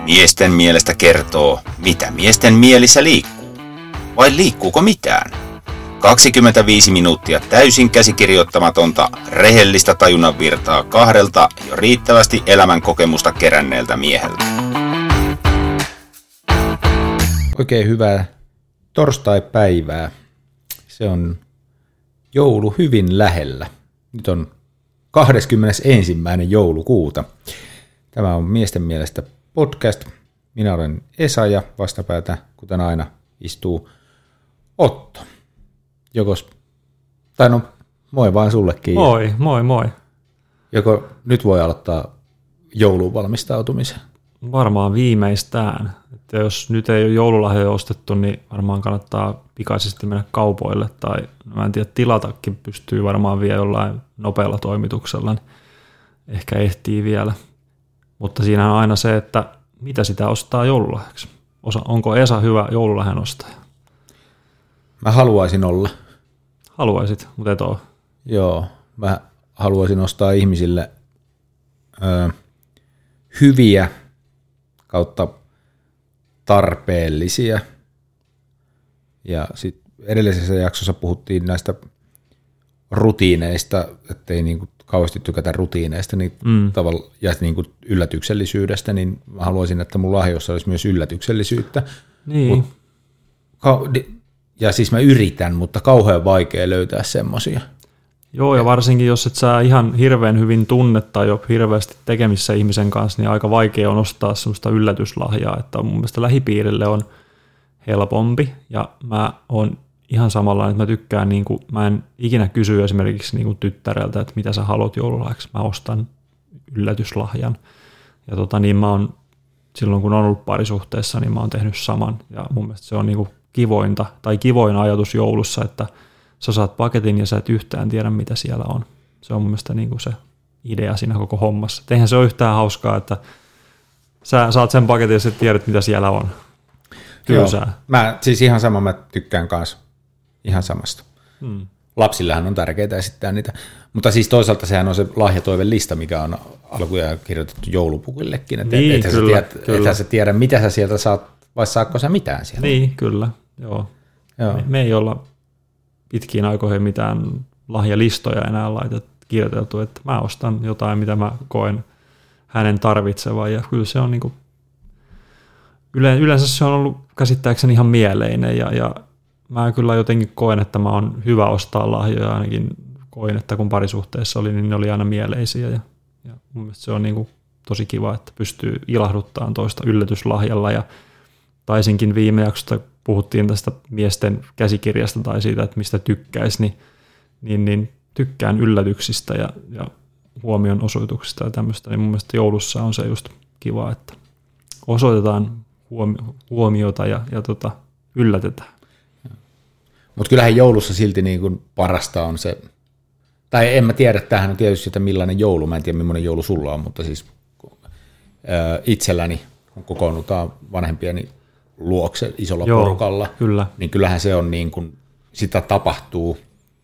Miesten mielestä kertoo, mitä miesten mielissä liikkuu. Vai liikkuuko mitään? 25 minuuttia täysin käsikirjoittamatonta, rehellistä tajunnan virtaa kahdelta jo riittävästi elämän kokemusta keränneeltä mieheltä. Oikein hyvää torstai-päivää. Se on joulu hyvin lähellä. Nyt on 21. joulukuuta. Tämä on Miesten mielestä podcast. Minä olen Esa ja vastapäätä, kuten aina, istuu Otto. Moi vaan sullekin. Moi. Joko nyt voi aloittaa jouluun valmistautumisen? Varmaan viimeistään. Että jos nyt ei ole joululahjoja ostettu, niin varmaan kannattaa pikaisesti mennä kaupoille. Tai mä en tiedä, tilatakin pystyy varmaan vielä jollain nopealla toimituksella. Niin ehkä ehtii vielä. Mutta siinä on aina se, että mitä sitä ostaa joululahjaksi. Onko Esa hyvä joululahjan ostaja? Mä haluaisin olla. Haluaisit, mutta et ole. Joo, mä haluaisin ostaa ihmisille hyviä kautta tarpeellisia. Ja sitten edellisessä jaksossa puhuttiin näistä rutiineista, ettei niinku kauheasti tykätä rutiineista niin ja niinku yllätyksellisyydestä, niin mä haluaisin, että mun lahjoissa olisi myös yllätyksellisyyttä. Niin. Ja siis mä yritän, mutta kauhean vaikea löytää semmosia. Joo, ja varsinkin jos et sä ihan hirveän hyvin tunne tai ole hirveästi tekemissä ihmisen kanssa, niin aika vaikea on ostaa semmoista yllätyslahjaa, että mun mielestä lähipiirille on helpompi, ja mä oon ihan samanlainen, että mä tykkään, niin kuin, mä en ikinä kysy esimerkiksi niin kuin tyttäreltä, että mitä sä haluat joululahjaksi, mä ostan yllätyslahjan, ja niin mä oon, silloin kun on ollut parisuhteessa, niin mä oon tehnyt saman, ja mun mielestä se on niin kuin kivoin ajatus joulussa, että sä saat paketin ja sä et yhtään tiedä, mitä siellä on. Se on mun mielestä niin kuin se idea siinä koko hommassa. Eihän se ole yhtään hauskaa, että sä saat sen paketin ja sä tiedät, mitä siellä on. Tylsää. Mä siis ihan sama, mä tykkään kanssa ihan samasta. Lapsillehan on tärkeää esittää niitä. Mutta siis toisaalta sehän on se lahjatoivelista, mikä on alkujaan kirjoitettu joulupukillekin. Ethän sä tiedä, mitä sä sieltä saat, vai saatko sä mitään sieltä. Niin, kyllä. Joo. Me ei olla pitkiin aikoihin mitään lahjalistoja enää kirjoiteltu, että mä ostan jotain, mitä mä koen hänen tarvitsevan, ja kyllä se on niin kuin, yleensä se on ollut käsittääkseni ihan mieleinen, ja mä kyllä jotenkin koen, että mä oon hyvä ostaa lahjoja, ainakin koin, että kun parisuhteessa oli, niin ne oli aina mieleisiä, ja mun mielestä se on niin kuin tosi kiva, että pystyy ilahduttamaan toista yllätyslahjalla, ja taisinkin viime jaksosta puhuttiin tästä miesten käsikirjasta tai siitä, että mistä tykkäisi, niin tykkään yllätyksistä ja huomion osoituksista ja tämmöistä, niin mun mielestä joulussa on se just kiva, että osoitetaan huomiota ja yllätetään. Mutta kyllähän joulussa silti niin kuin parasta on se, tai en mä tiedä, tämähän on tietysti sitä millainen joulu, mä en tiedä millainen joulu sulla on, mutta siis itselläni, kun kokoonnutaan vanhempieni luokse isolla porukalla, kyllä. Niin kyllähän se on niin kuin, sitä tapahtuu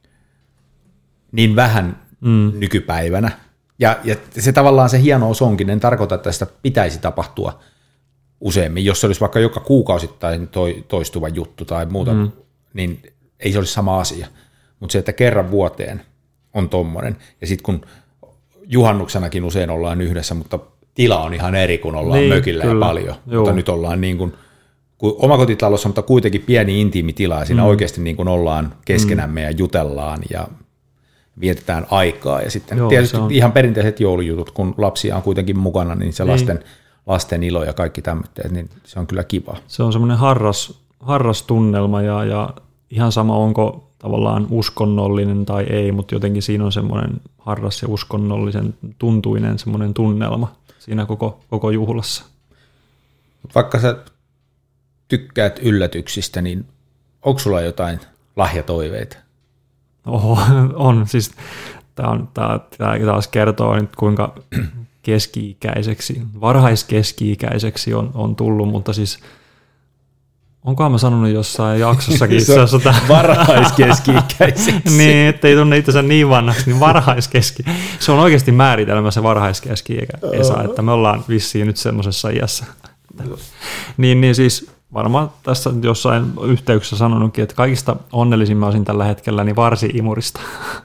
niin vähän nykypäivänä. Ja se tavallaan se hienous onkin, en tarkoita, että sitä pitäisi tapahtua useammin. Jos se olisi vaikka joka kuukausittain toistuva juttu tai muuta, niin ei se olisi sama asia. Mutta se, että kerran vuoteen on tommoinen, ja sitten kun juhannuksenakin usein ollaan yhdessä, mutta tila on ihan eri, kun ollaan mökillä kyllä. Ja paljon. Mutta nyt ollaan niin kuin omakotitalossa, mutta kuitenkin pieni intiimi tila, ja siinä oikeasti niin kuin ollaan keskenämme ja jutellaan ja vietetään aikaa. Ja sitten tietysti ihan perinteiset joulujutut, kun lapsia on kuitenkin mukana, niin se lasten ilo ja kaikki tämmöiset, niin se on kyllä kiva. Se on semmoinen harras tunnelma, ja ihan sama onko tavallaan uskonnollinen tai ei, mutta jotenkin siinä on semmoinen harras ja uskonnollisen tuntuinen semmoinen tunnelma siinä koko juhlassa. Vaikka sä tykkäät yllätyksistä, niin onko sulla jotain lahjatoiveita? On. Siis tämä taas kertoo nyt, kuinka varhaiskeski-ikäiseksi on tullut, mutta siis onkohan mä sanonut jossain jaksossakin itse asiassa varhaiskeski-ikäiseksi. Niin, ettei tunne itsensä niin vanhaksi, niin varhaiskeski. Se on oikeasti määritelmä se varhaiskeski-ikä, Esa, että me ollaan vissiin nyt semmoisessa iässä. niin siis varmaan tässä jossain yhteyksessä sanonutkin, että kaikista onnellisin mä olisin tällä hetkellä niin varsi-imurista.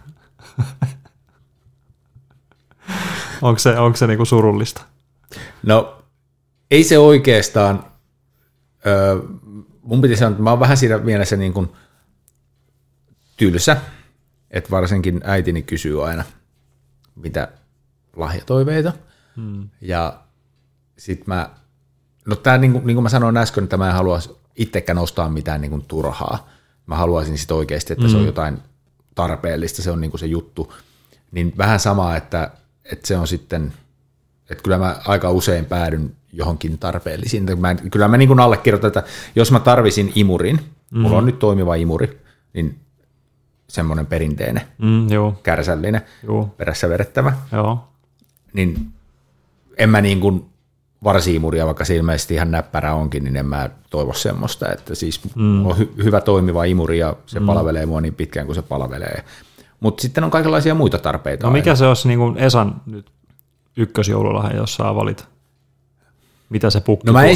Onko se niinku surullista? No ei se oikeastaan, mun piti sanoa, että mä oon vähän siinä mielessä niin kuin tylsä, että varsinkin äitini kysyy aina, mitä lahjatoiveita, ja sit mä, no tää niin kuin mä sanoin äsken, että mä en halua itsekään ostaa mitään niin kuin turhaa, mä haluaisin sit oikeasti, että se on jotain tarpeellista, se on niin kuin se juttu, niin vähän samaa, että se on sitten, että kyllä mä aika usein päädyn johonkin tarpeellisiin. Kyllä mä niin kuin allekirjoitan, että jos mä tarvisin imurin, mulla on nyt toimiva imuri, niin semmoinen perinteinen, kärsällinen, perässä vedettävä, niin en mä niin kuin varsi-imuria, vaikka se ilmeisesti ihan näppärä onkin, niin en mä toivo semmoista, että siis on hyvä toimiva imuri ja se palvelee mua niin pitkään kuin se palvelee. Mutta sitten on kaikenlaisia muita tarpeita. No mikä se olisi niin kuin Esan nyt ykkösjoululahja, jos saa valita? Mitä se pukki? No mä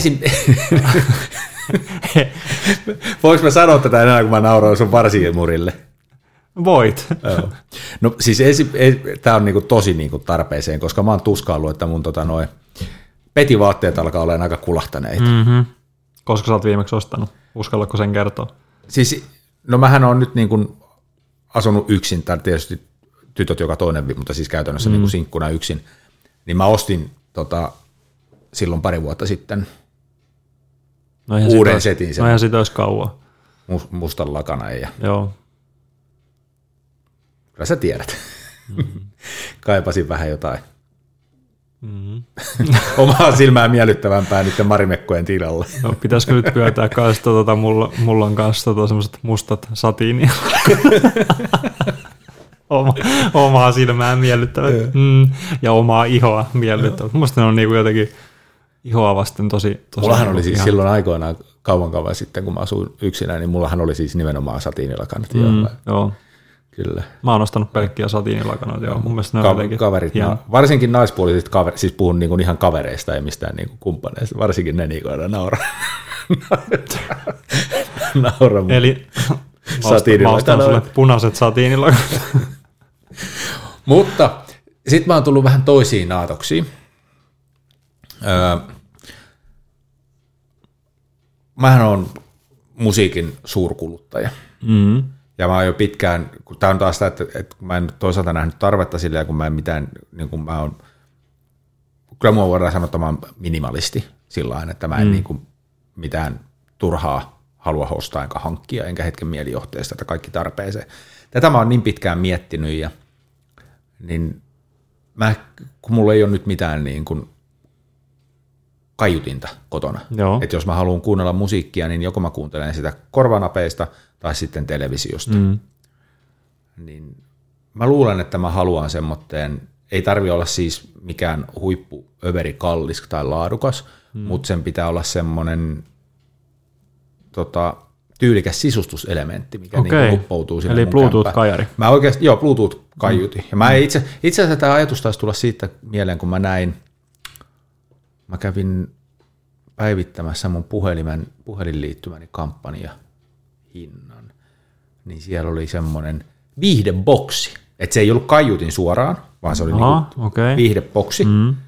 voinko mä sanoa tätä enää, kun mä nauroin sun varsi-imurille? Voit. No siis tää on niinku tosi niinku tarpeeseen, koska mä oon tuskaillut, että mun petivaatteet alkaa olla aika kulahtaneita. Koska sä oot viimeksi ostanut? Uskallatko sen kertoa? Siis, no mähän on nyt niinku asunut yksin, tai tietysti tytöt joka toinen, mutta siis käytännössä niinku sinkkuna yksin, niin mä ostin silloin pari vuotta sitten uuden setin. No eihän siitä olisi kauan. Mustan lakanan. Joo. Kyllä sä tiedät. Kaipasin vähän jotain omaa silmää miellyttävämpää niiden marimekkojen tilalle. No, pitäisikö nyt pyötää kanssa, mulla on kanssa semmoiset mustat satiinia. Omaa silmää miellyttävät ja omaa ihoa miellyttävät. Mielestäni ne on niinku jotenkin ihoa vasten tosi mullahan oli siis silloin aikoinaan kauan sitten, kun mä asuin yksinään, niin mullahan oli siis nimenomaan satiinilakanat. Joo. Kyllä. Mä oon ostanut pelkkiä satiinilakanoita, joo. Mun mielestä ne on jotenkin kaverit, varsinkin naispuoliset kaverit, siis puhun niinku ihan kavereista ja mistään niinku kumppaneista, varsinkin ne niinku aina nauraa. Eli mä ostan sulle punaiset satiinilakanat. Mutta sitten mä oon tullut vähän toisiin aatoksiin. Mähän on musiikin suurkuluttaja. Ja mä oon jo pitkään, kun tää on taas sitä, että mä en toisaalta nähnyt tarvetta sillä, kun mä en mitään, niin kuin mä oon, kyllä mua voidaan sanoa, että mä oon minimalisti sillä lailla, että mä en niin kuin mitään turhaa halua ostaa enkä hankkia, enkä hetken mielijohteesta, että kaikki tarpeeseen. Tätä mä oon niin pitkään miettinyt, ja niin kun mulla ei ole nyt mitään niin kuin kaiutinta kotona, että jos mä haluan kuunnella musiikkia, niin joko mä kuuntelen sitä korvanapeista tai sitten televisiosta. Niin mä luulen, että mä haluan semmoitteen, ei tarvitse olla siis mikään huippuöveri kallis tai laadukas, mutta sen pitää olla semmoinen tyylikäs sisustuselementti, mikä niin uppoutuu sinne. Eli Bluetooth-kajari. Mä oikeasti, joo, Bluetooth-kaiuti. Ja mä itse asiassa tämä ajatus taisi tulla siitä mieleen, kun mä kävin päivittämässä mun puhelinliittymäni kampanjahinnan, niin siellä oli semmoinen viihdeboksi. Että se ei ollut kaiutin suoraan, vaan se oli viihdeboksi.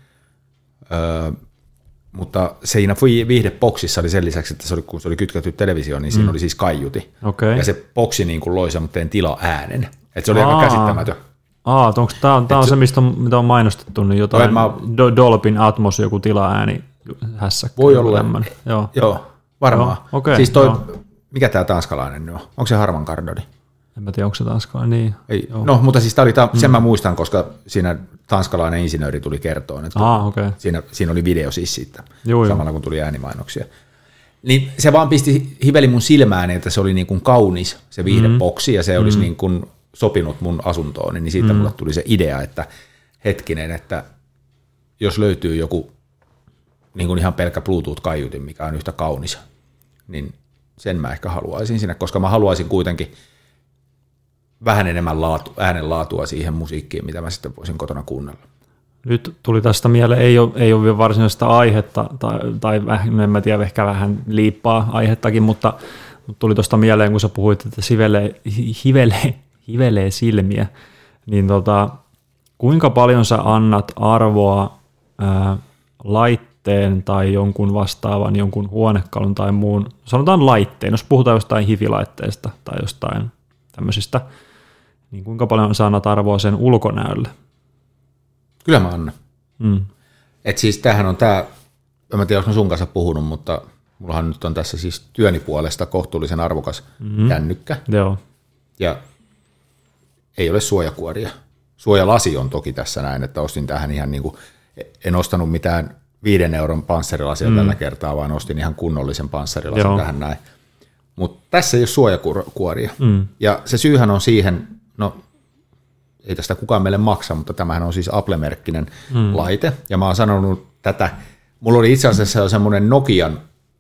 Mutta siinä viihdeboksissa oli sen lisäksi, että kun se oli kytketty televisioon, niin siinä oli siis kaiuti. Ja se boksi niin kuin loi semmoinen tila-äänen. Että se oli aika käsittämätön. Tämä on se, mitä on mainostettu, niin jotain Dolbyn Atmos, joku tila-ääni hässäkkä. Voi olla. Joo, varmaan. Siis mikä tämä tanskalainen nyt on? Onko se Harman Kardoni? En mä tiedä, onko se tanskalainen. Niin. No, mutta siis sen mä muistan, koska siinä tanskalainen insinööri tuli kertoon, että siinä oli video siis siitä, samalla kun tuli äänimainoksia. Niin se vaan hiveli mun silmään, että se oli niin kuin kaunis se viihdeboksi, ja se olisi niin kuin sopinut mun asuntoon, niin siitä mulle tuli se idea, että hetkinen, että jos löytyy joku niin kuin ihan pelkkä Bluetooth-kaiutin, mikä on yhtä kaunis, niin sen mä ehkä haluaisin sinne, koska mä haluaisin kuitenkin vähän enemmän äänenlaatua siihen musiikkiin, mitä mä sitten voisin kotona kuunnella. Nyt tuli tästä mieleen, ei ole varsinaista aihetta, tai en mä tiedä, ehkä vähän liippaa aihettakin, mutta tuli tuosta mieleen, kun sä puhuit, että hivelee silmiä, niin kuinka paljon sä annat arvoa laitteen tai jonkun vastaavan, jonkun huonekalun tai muun, sanotaan laitteen, jos puhutaan jostain hifilaitteesta tai jostain tämmöisistä, niin kuinka paljon sä annat arvoa sen ulkonäölle? Kyllä mä annan. Et siis tämähän on en mä tiedä, onko mä sun kanssa puhunut, mutta mullahan nyt on tässä siis työni puolesta kohtuullisen arvokas kännykkä. Joo. Ja ei ole suojakuoria. Suojalasi on toki tässä näin, että ostin tähän ihan niin kuin, en ostanut mitään 5 euron panssarilasia tällä kertaa, vaan ostin ihan kunnollisen panssarilasin tähän näin. Mutta tässä ei ole suojakuoria. Ja se syyhän on siihen, no ei tästä kukaan meille maksa, mutta tämähän on siis Apple-merkkinen laite. Ja mä oon sanonut tätä, mulla oli itse asiassa jo semmoinen Nokian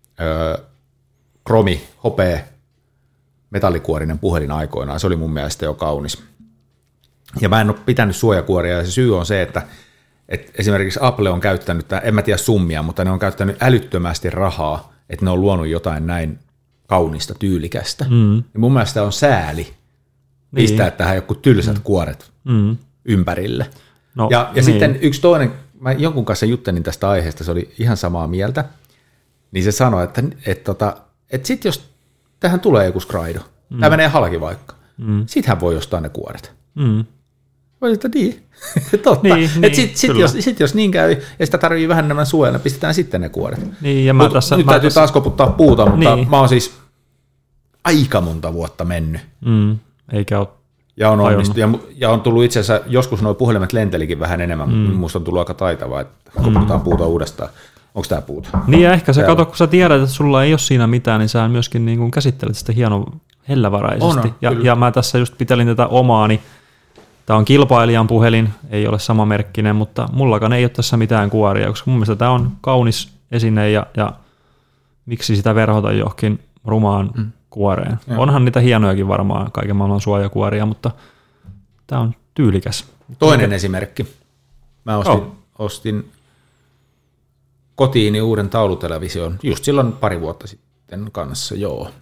kromi, hopea, metallikuorinen puhelin aikoinaan. Se oli mun mielestä jo kaunis. Ja mä en ole pitänyt suojakuoria, ja se syy on se, että esimerkiksi Apple on käyttänyt, en mä tiedä summia, mutta ne on käyttänyt älyttömästi rahaa, että ne on luonut jotain näin kaunista, tyylikästä. Ja mun mielestä on sääli pistää tähän joku tylsät kuoret ympärille. No, ja sitten yksi toinen, mä jonkun kanssa juttelin tästä aiheesta, se oli ihan samaa mieltä, niin se sanoi, että sit jos tähän tulee joku skraido, tämä menee halki vaikka, sittenhän voi ostaa ne kuoret. Voi että niin, totta. Jos niin käy, ja sitä tarvii vähän enemmän suojella, pistetään sitten ne kuoret. Niin, ja nyt täytyy taas koputtaa puuta, mutta mä oon siis aika monta vuotta mennyt. Eikä ole ja on onnistunut. Ja on tullut itse asiassa, joskus nuo puhelimet lentelikin vähän enemmän, musta on tullut aika taitavaa, että koputetaan puuta uudestaan. Onko tämä puuta? Niin ja ehkä se kato, kun sä tiedät, että sulla ei ole siinä mitään, niin sä myöskin niin kuin käsittelet sitä hienon hellävaraisesti. Ja mä tässä just pitelin tätä omaani. Tämä on kilpailijan puhelin, ei ole sama merkkinen, mutta mullakaan ei ole tässä mitään kuoria, koska mun mielestä tämä on kaunis esine ja miksi sitä verhota johonkin rumaan kuoreen. Onhan niitä hienojakin varmaan, kaiken maailman suojakuoria, mutta tämä on tyylikäs. Toinen esimerkki. Mä ostin kotiini uuden taulutelevision just silloin 2 vuotta sitten kanssa,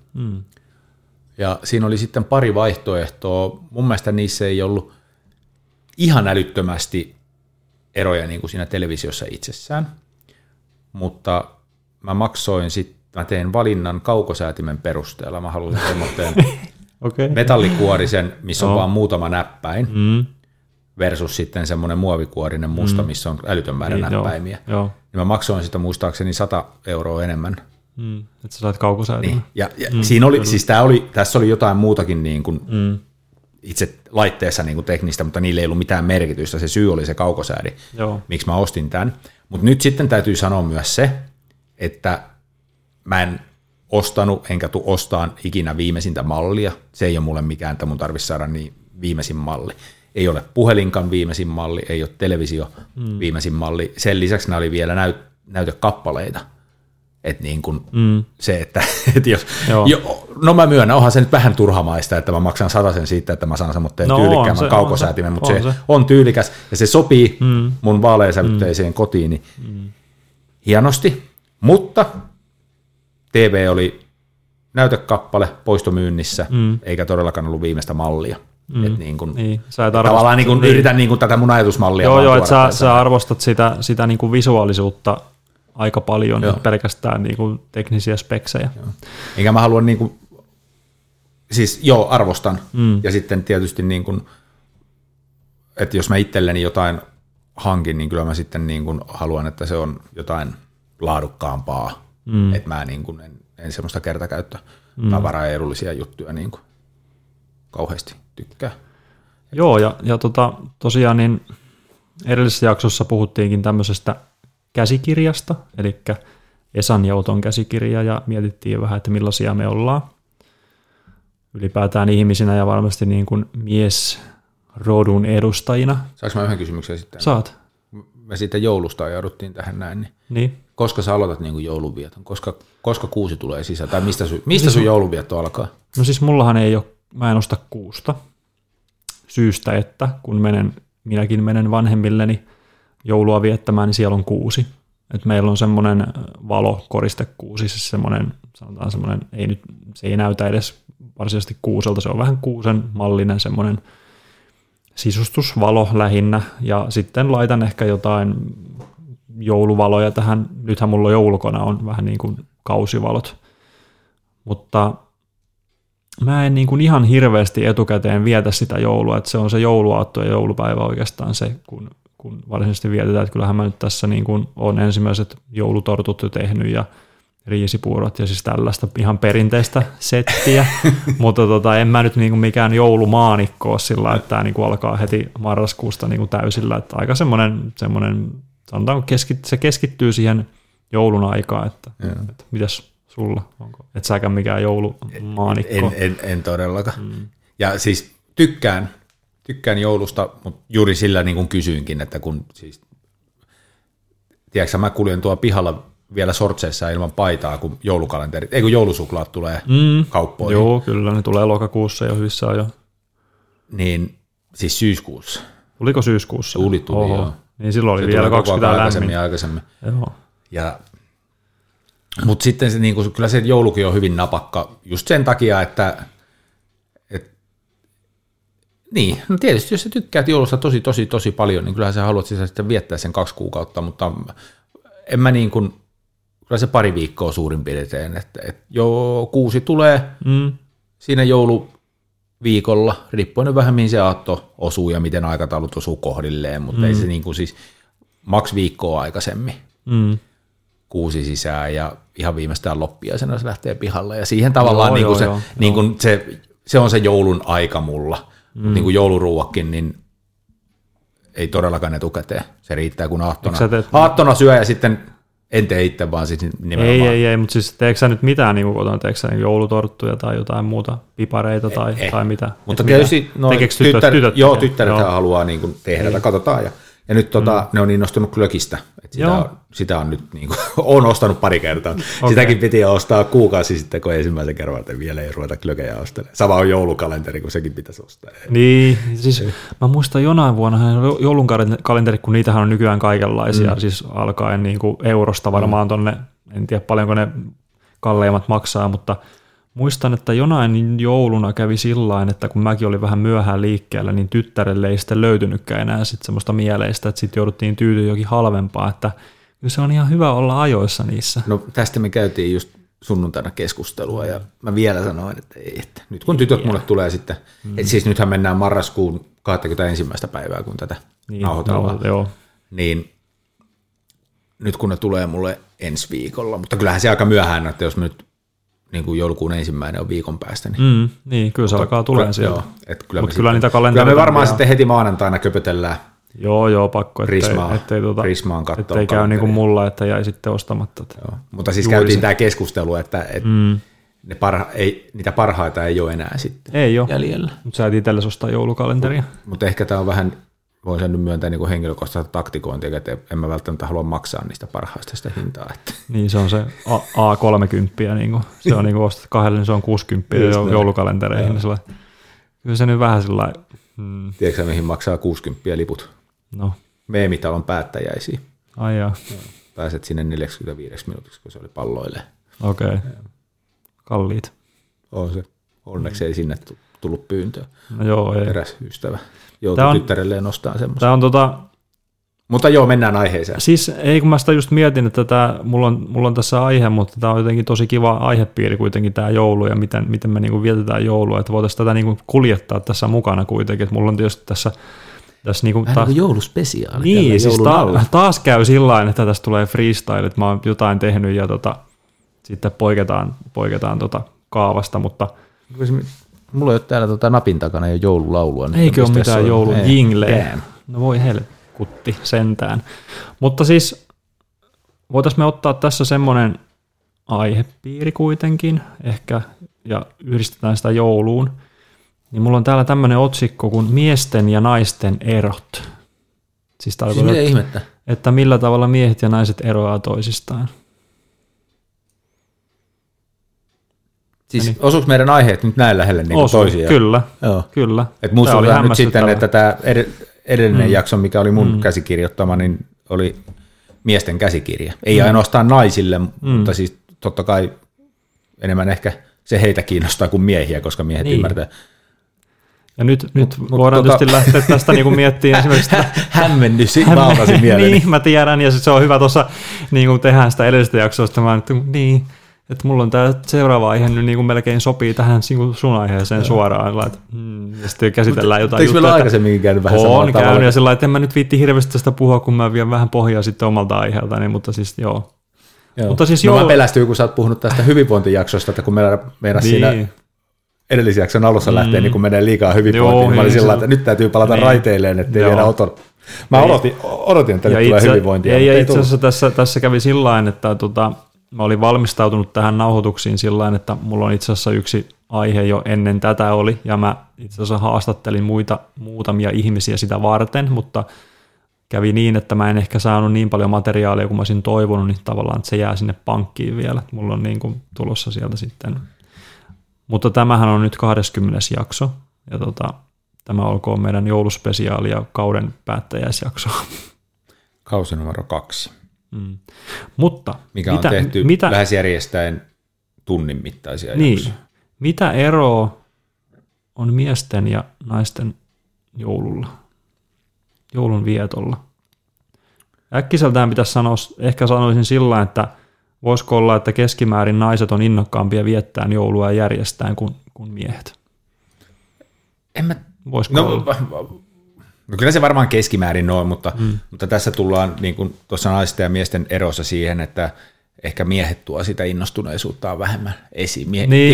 Ja siinä oli sitten 2 vaihtoehtoa. Mun mielestä niissä ei ollut ihan älyttömästi eroja niin kuin siinä televisiossa itsessään, mutta mä tein valinnan kaukosäätimen perusteella. Mä halusin semmoinen metallikuorisen, missä on vaan muutama näppäin, versus sitten semmoinen muovikuorinen musta, missä on älytön määrä näppäimiä. Joo. Ja mä maksoin sitä muistaakseni 100 € enemmän. Että sä sait kaukosäätimen. Niin. Ja siinä oli, siis tässä oli jotain muutakin niin kuin itse laitteessa niin kuin teknistä, mutta niillä ei ollut mitään merkitystä. Se syy oli se kaukosäädi, miksi mä ostin tämän. Mutta nyt sitten täytyy sanoa myös se, että mä en ostanut enkä tule ostaan ikinä viimeisintä mallia. Se ei ole mulle mikään, että mun tarvitsisi saada niin viimeisin malli. Ei ole puhelinkan viimeisin malli, ei ole televisio viimeisin malli. Sen lisäksi nämä oli vielä näytekappaleita. Että niin kuin se, että jos, no mä myönnän, onhan se nyt vähän turhamaista, että mä maksan 100 siitä, että mä saan semmoitteen tyylikkäämmän kaukosäätimen, mutta se on tyylikäs ja se sopii mun vaaleasävytteiseen kotiini hienosti, mutta TV oli näytekappale poistomyynnissä, eikä todellakaan ollut viimeistä mallia. Niin kuin, tavallaan niin kuin yritän niin kuin tätä mun ajatusmallia. Joo, että sä arvostat sitä niin kuin visuaalisuutta aika paljon, pelkästään niin kuin teknisiä speksejä. Enkä mä halua, niin kuin, siis arvostan, ja sitten tietysti, niin kuin, että jos mä itselleni jotain hankin, niin kyllä mä sitten niin kuin haluan, että se on jotain laadukkaampaa, että mä niin kuin en semmoista kertakäyttötavaraa ja edullisia juttuja niin kuin kauheasti tykkää. Joo, ja tosiaan niin edellisessä jaksossa puhuttiinkin tämmöisestä käsikirjasta, eli Esan ja Oton käsikirja, ja mietittiin vähän, että millaisia me ollaan ylipäätään ihmisinä ja varmasti niin kuin miesrodun edustajina. Saanko mä yhden kysymyksen esittää? Saat. Me sitten joulusta ajauduttiin tähän näin, niin. Koska sä aloitat niin kuin joulunvieton? Koska kuusi tulee sisään? Tai mistä sun joulunvietto alkaa? No siis mullahan ei ole, mä en osta kuusta syystä, että kun minäkin menen vanhemmilleni joulua viettämään, niin siellä on kuusi. Et meillä on semmoinen valokoristekuusi, siis semmoinen, sanotaan semmoinen, se ei näytä edes varsinaisesti kuuselta, se on vähän kuusen mallinen semmoinen sisustusvalo lähinnä, ja sitten laitan ehkä jotain jouluvaloja tähän. Nythän mulla joulukona on vähän niin kuin kausivalot, mutta mä en niin kuin ihan hirveästi etukäteen vietä sitä joulua, että se on se jouluaatto ja joulupäivä oikeastaan se, kun varsinaisesti vietetään, että kyllähän mä nyt tässä niin kuin olen ensimmäiset joulutortut jo tehnyt ja riisipuurot ja siis tällaista ihan perinteistä settiä, mutta en mä nyt niin kuin mikään joulumaanikko ole sillä, että tämä niin kuin alkaa heti marraskuusta niin kuin täysillä, että aika semmoinen sanotaan, se keskittyy siihen joulun aikaan, että mitäs sulla, onko? Et säkään mikään joulumaanikko? En todellakaan. Ja siis tykkään joulusta, mutta juuri sillä niin kuin kysyinkin, että kun siis, tiedätkö mä kuljen tuolla pihalla vielä sortseissa ilman paitaa, kun kun joulusuklaat tulee kauppoihin. Joo, kyllä ne tulee lokakuussa jo hyvissä ajoin. Niin, siis syyskuussa. Tuliko syyskuussa? Tuli, joo. Niin silloin oli vielä 20 aikaisemmin. Joo. Mutta sitten se, niin kuin, kyllä se joulukin on hyvin napakka just sen takia, että niin, no tietysti jos sä tykkäät joulusta tosi paljon, niin kyllähän sä haluat sitä sitten viettää sen 2 kuukautta, mutta en mä niin kuin, kyllä se pari viikkoa suurin piirtein, että kuusi tulee siinä jouluviikolla, riippuen vähän mihin se aatto osuu ja miten aikataulut osuu kohdilleen, mutta ei se niin kuin siis maks viikkoa aikaisemmin. Kuusi sisään ja ihan viimeistään loppiaisena se lähtee pihalle ja siihen tavallaan se on se joulun aika mulla. Niin kuin jouluruuakin, niin ei todellakaan etukäteen. Se riittää, kun aattona syö ja sitten en tee itse, vaan siis nimenomaan. Ei, mutta siis teetkö sä nyt mitään niin kotona? Teetkö sä joulutorttuja tai jotain muuta, pipareita tai mitä? Mutta tietysti tyttäret haluaa niin kuin tehdä, katsotaan. Ja nyt ne on innostunut glögistä. Sitä on nyt, niin kuin, olen ostanut pari kertaa. Okay. Sitäkin piti ostaa kuukausi sitten, kun ensimmäisen kerran vielä ei ruveta glögejä ostelemaan. Sama on joulukalenteri, kun sekin pitäisi ostaa. Niin, siis mä muistan jonain vuonna joulukalenteri, kun niitähän on nykyään kaikenlaisia, siis alkaen niin kuin eurosta varmaan tonne, en tiedä paljonko ne kalleimmat maksaa, mutta muistan, että jonain jouluna kävi sillain, että kun mäkin olin vähän myöhään liikkeellä, niin tyttärelle ei sitten löytynytkään enää sit semmoista mieleistä, että sitten jouduttiin tyytyä jokin halvempaa, että kyllä se on ihan hyvä olla ajoissa niissä. No tästä me käytiin just sunnuntaina keskustelua ja mä vielä sanoin, että nyt kun tytöt mulle tulee sitten, että siis nythän mennään marraskuun 21. päivää, kun tätä nauhoitellaan, niin nyt kun ne tulee mulle ensi viikolla, mutta kyllähän se aika myöhään, että jos me nyt niin kuin joulukuun 1. on viikon päästä. Niin, kyllä se alkaa tulemaan sieltä. Kyllä niitä kalentereita. Kyllä me varmaan sitten heti maanantaina köpötellään. Joo, pakko, Prismaan katsoa. Ettei käy niin kuin mulla, että jäi sitten ostamatta. Joo. Mutta siis käytiin tämä keskustelu, että niitä parhaita ei ole enää sitten jäljellä. Mutta sä et itsellesi ostaa joulukalenteria. Mutta ehkä tämä on vähän, voin sen nyt myöntää niin kuin henkilökohtaista taktikointia, että en mä välttämättä halua maksaa niistä parhaista sitä hintaa. Että. Niin, se on se A30, niin kuin. Se on niin kuin ostat 2, niin se on 60 joulukalentereihin. Niin kyllä se nyt vähän sillä Tiedätkö mihin maksaa 60 liput? No. Meemitalon päättäjäisiin. Ai jaa. Pääset sinne 45 minuutiksi, kun se oli palloille. Okei. Okay. Kalliit. On se. Onneksi ei sinne tullut pyyntöä. No joo, ei. Eräs ystävä joutui tyttärelleen nostamaan semmoista. Tämä on Mutta joo, mennään aiheeseen. Siis ei, kun mä sitä just mietin, että mulla on tässä aihe, mutta tämä on jotenkin tosi kiva aihepiiri kuitenkin tämä joulu ja miten me niinku vietetään joulua, että voitaisiin tätä niinku kuljettaa tässä mukana kuitenkin, että mulla on tietysti tässä niinku vähän niin kuin jouluspesiaali. Niin, siis taas käy sillain, että tässä tulee freestyle, että mä oon jotain tehnyt ja sitten poiketaan kaavasta, mutta mulla ei ole täällä napin takana jo joululaulua. Eikö ole mitään joulujingleä? No voi helkutti sentään. Mutta siis voitaisiin me ottaa tässä semmoinen aihepiiri kuitenkin ehkä ja yhdistetään sitä jouluun. Niin mulla on täällä tämmöinen otsikko kuin miesten ja naisten erot. Siis ihmettä? Että millä tavalla miehet ja naiset eroaa toisistaan. Siis osuuko meidän aiheet nyt näin lähelle niin toisiaan? Kyllä. Et musta nyt sitten, että tämä edellinen jakso, mikä oli mun käsikirjoittama, niin oli miesten käsikirja. Ei ainoastaan naisille, mutta siis totta kai enemmän ehkä se heitä kiinnostaa kuin miehiä, koska miehet ymmärtää. Ja nyt voidaan tietysti lähteä tästä niin miettimään esimerkiksi hämmennys valtasi mieleni. Niin, mä tiedän, ja se on hyvä tuossa niin tehdään sitä edellisestä jaksosta, että mulla on tämä seuraava aihe nyt niin melkein sopii tähän sun aiheeseen suoraan, että ja sitten käsitellään jotain juttuja. Eikö meillä aikaisemmin käynyt vähän samalla tavalla? On käynyt, ja sillä että en mä nyt viitti hirveästi tästä puhua, kun mä vien vähän pohjaa sitten omalta aiheelta, niin, mutta siis joo. Mutta siis mä pelästyin, kun sä oot puhunut tästä hyvinvointijaksosta, että kun meidän siinä edellisen jakson alussa lähtee, niin kun menee liikaa hyvinvointiin, niin mä olin sillä että nyt täytyy palata raiteilleen, ettei vielä Mä odotin, että nyt tulee hyvinvointia. Ja itse asiassa tässä kävi sillain, että mä olin valmistautunut tähän nauhoituksiin sillain, että mulla on itse asiassa yksi aihe jo ennen tätä oli, ja mä itse asiassa haastattelin muutamia ihmisiä sitä varten, mutta kävi niin, että mä en ehkä saanut niin paljon materiaalia kuin mä olisin toivonut, niin tavallaan että se jää sinne pankkiin vielä. Mulla on niin kuin tulossa sieltä sitten. Mutta tämähän on nyt 20. jakso, ja tämä olkoon meidän jouluspesiaali ja kauden päättäjäisjakso. Kausi numero 2. Mutta mikä on tehty lähes järjestäen tunnin mittaisia jaksoja. Mitä eroa on miesten ja naisten joululla? Joulun vietolla. Äkkiseltään pitäisi sanoa, ehkä sanoisin sillä, että voisiko olla, että keskimäärin naiset on innokkaampia viettämään joulua ja järjestään kuin miehet? Voisiko olla? No kyllä se varmaan keskimäärin on, mutta tässä tullaan niin kuin tuossa naisten ja miesten erossa siihen, että ehkä miehet tuo sitä innostuneisuuttaan vähemmän esiin.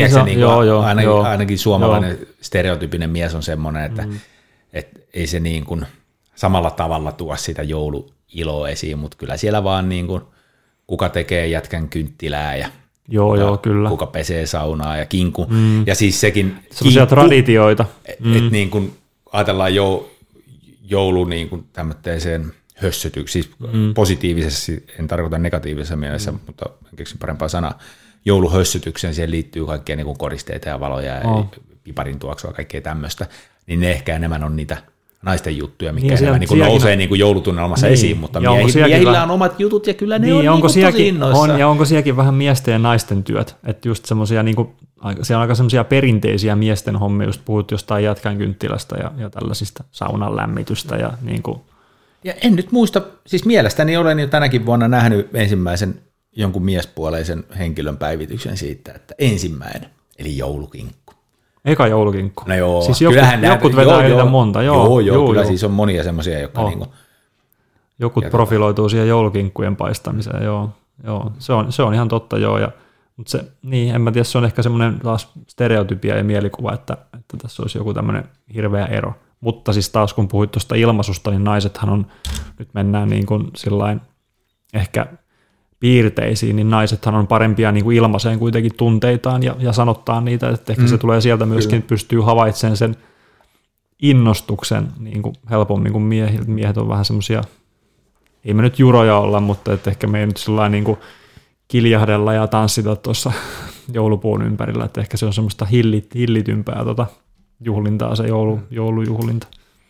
Ainakin suomalainen stereotyyppinen mies on semmoinen, että ei se niin kuin samalla tavalla tuo sitä jouluiloa esiin, mutta kyllä siellä vaan niin kuin, kuka tekee jätkän kynttilää ja kyllä. Kuka pesee saunaa ja kinku. Ja siis sekin sellaisia traditioita. Että niin kuin ajatellaan joulu niin kuin tämmöiseen hössötyksi, siis positiivisesti, en tarkoita negatiivisessa mielessä, mutta en keksi parempaa sanaa. Jouluhössötykseen siihen liittyy kaikkia niin kuin koristeita ja valoja ja piparin tuoksua, kaikkea tämmöistä, niin ne ehkä enemmän on niitä naisten juttuja, mikä enemmän niin nousee niin kuin joulutunnelmassa esiin, mutta miehillä on omat jutut ja kyllä ne on tosi innoissaan. Ja onko sielläkin vähän miesten ja naisten työt, että just semmoisia, niin kuin, siellä on aika semmoisia perinteisiä miesten hommia, just puhut jostain jätkän kynttilästä ja tällaisista saunan lämmitystä ja niin kuin. Ja en nyt muista, siis mielestäni olen jo tänäkin vuonna nähnyt ensimmäisen jonkun miespuoleisen henkilön päivityksen siitä, että ensimmäinen, eli joulukinkku. Eka joulukinkku. No joo, siis jokut vetää niitä monta. Kyllä siis on monia semmoisia, jotka niinku. Jokut profiloituu siihen joulukinkkujen paistamiseen, joo. Se on ihan totta, joo. Mutta se, niin, en mä tiedä, se on ehkä semmoinen taas stereotypia ja mielikuva, että tässä olisi joku tämmöinen hirveä ero. Mutta siis taas kun puhuit tuosta ilmaisusta, niin naisethan on, nyt mennään niin kuin sillain ehkä piirteisiin, niin naisethan on parempia niin kuin ilmaiseen kuitenkin tunteitaan ja sanottaa niitä, että ehkä se tulee sieltä myöskin, pystyy havaitsemaan sen innostuksen niin kuin helpommin kuin miehet. Miehet on vähän semmoisia, ei me nyt juroja olla, mutta että ehkä me ei nyt sellainen niin kuin kiljahdella ja tanssita tuossa joulupuun ympärillä, että ehkä se on semmoista hillitympää juhlintaa, se joulujuhlinta.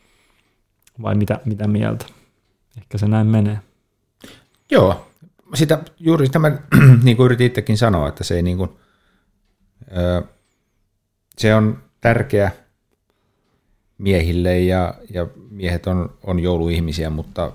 Vai mitä mieltä? Ehkä se näin menee. Joo, sitä juuri tämä, niin kuin yritin itsekin sanoa, että se ei niin kuin, se on tärkeä miehille ja miehet on jouluihmisiä, mutta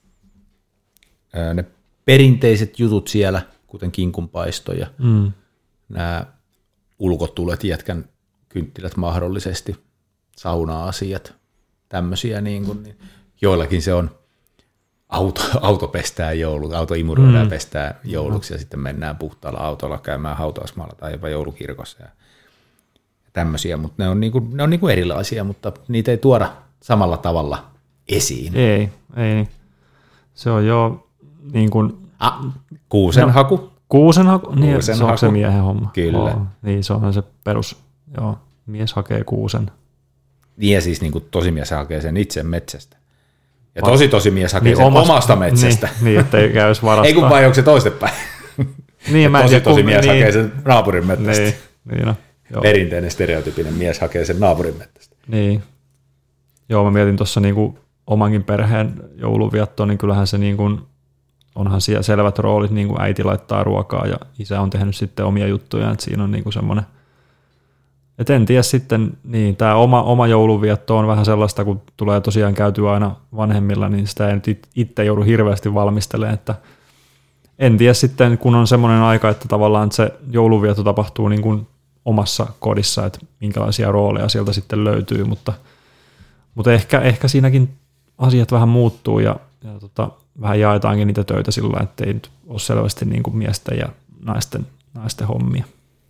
ne perinteiset jutut siellä, kuten kinkunpaisto ja nämä ulkotulet, jätkän kynttilät mahdollisesti, sauna-asiat, tämmöisiä, niin joillakin se on auto pestää jouluksi, auto imuroidaan pestää jouluksi ja sitten mennään puhtaalla autolla käymään hautausmaalla tai jopa joulukirkossa ja tämmöisiä, mutta ne on niinku erilaisia, mutta niitä ei tuoda samalla tavalla esiin. Ei. Se on jo niin kuin kuusenhaku. Kuusenhaku, niin se on se miehen homma. Kyllä. Niin se on se perus, joo, mies hakee kuusen. Niin ja siis niin kuin tosimies hakee sen itse metsästä. Ja tosi-mies hakee sen omasta metsästä. Niin, ettei käys varastaa. Ei kun vai onko se toistepäin? Niin, tosi-mies hakee sen naapurin metsästä. Niin, no, joo. Perinteinen stereotypinen mies hakee sen naapurin metsästä. Niin. Joo, mä mietin tuossa niinku omankin perheen joulunviettoon, niin kyllähän se niin kuin, onhan siellä selvät roolit, niin kuin äiti laittaa ruokaa ja isä on tehnyt sitten omia juttujaan, että siinä on niin kuin semmoinen, että en tiedä sitten, niin tämä oma joulunvietto on vähän sellaista, kun tulee tosiaan käytyä aina vanhemmilla, niin sitä ei nyt itse joudu hirveästi valmistelemaan, että en tiedä sitten, kun on semmoinen aika, että tavallaan se joulunvietto tapahtuu niin kuin omassa kodissa, että minkälaisia rooleja sieltä sitten löytyy, mutta ehkä siinäkin asiat vähän muuttuu ja vähän jaetaankin niitä töitä sillä, että ei nyt ole selvästi niin kuin miesten ja naisten hommia.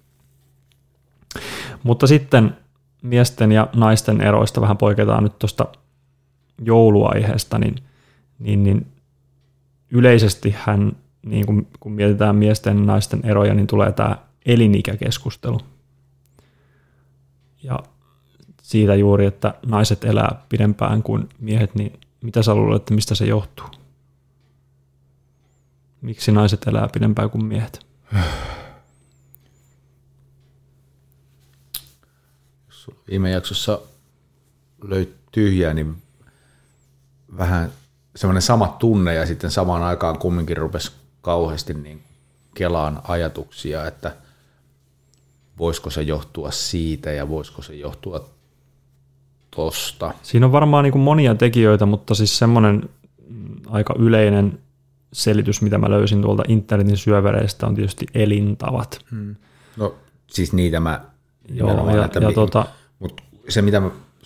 Mutta sitten miesten ja naisten eroista vähän poiketaan nyt tuosta jouluaiheesta, niin yleisesti niin kun mietitään miesten ja naisten eroja, niin tulee tämä elinikäkeskustelu. Ja siitä juuri, että naiset elää pidempään kuin miehet, niin mitä sä luulet, että mistä se johtuu? Miksi naiset elää pidempään kuin miehet? Jos viime jaksossa löi tyhjää, niin vähän semmoinen sama tunne ja sitten samaan aikaan kumminkin rupesi kauheasti niin kelaan ajatuksia, että voisiko se johtua siitä ja voisiko se johtua tosta. Siinä on varmaan niin kuin monia tekijöitä, mutta siis semmoinen aika yleinen selitys, mitä mä löysin tuolta internetin syövereistä, on tietysti elintavat. No siis niitä mä... Mutta se mitä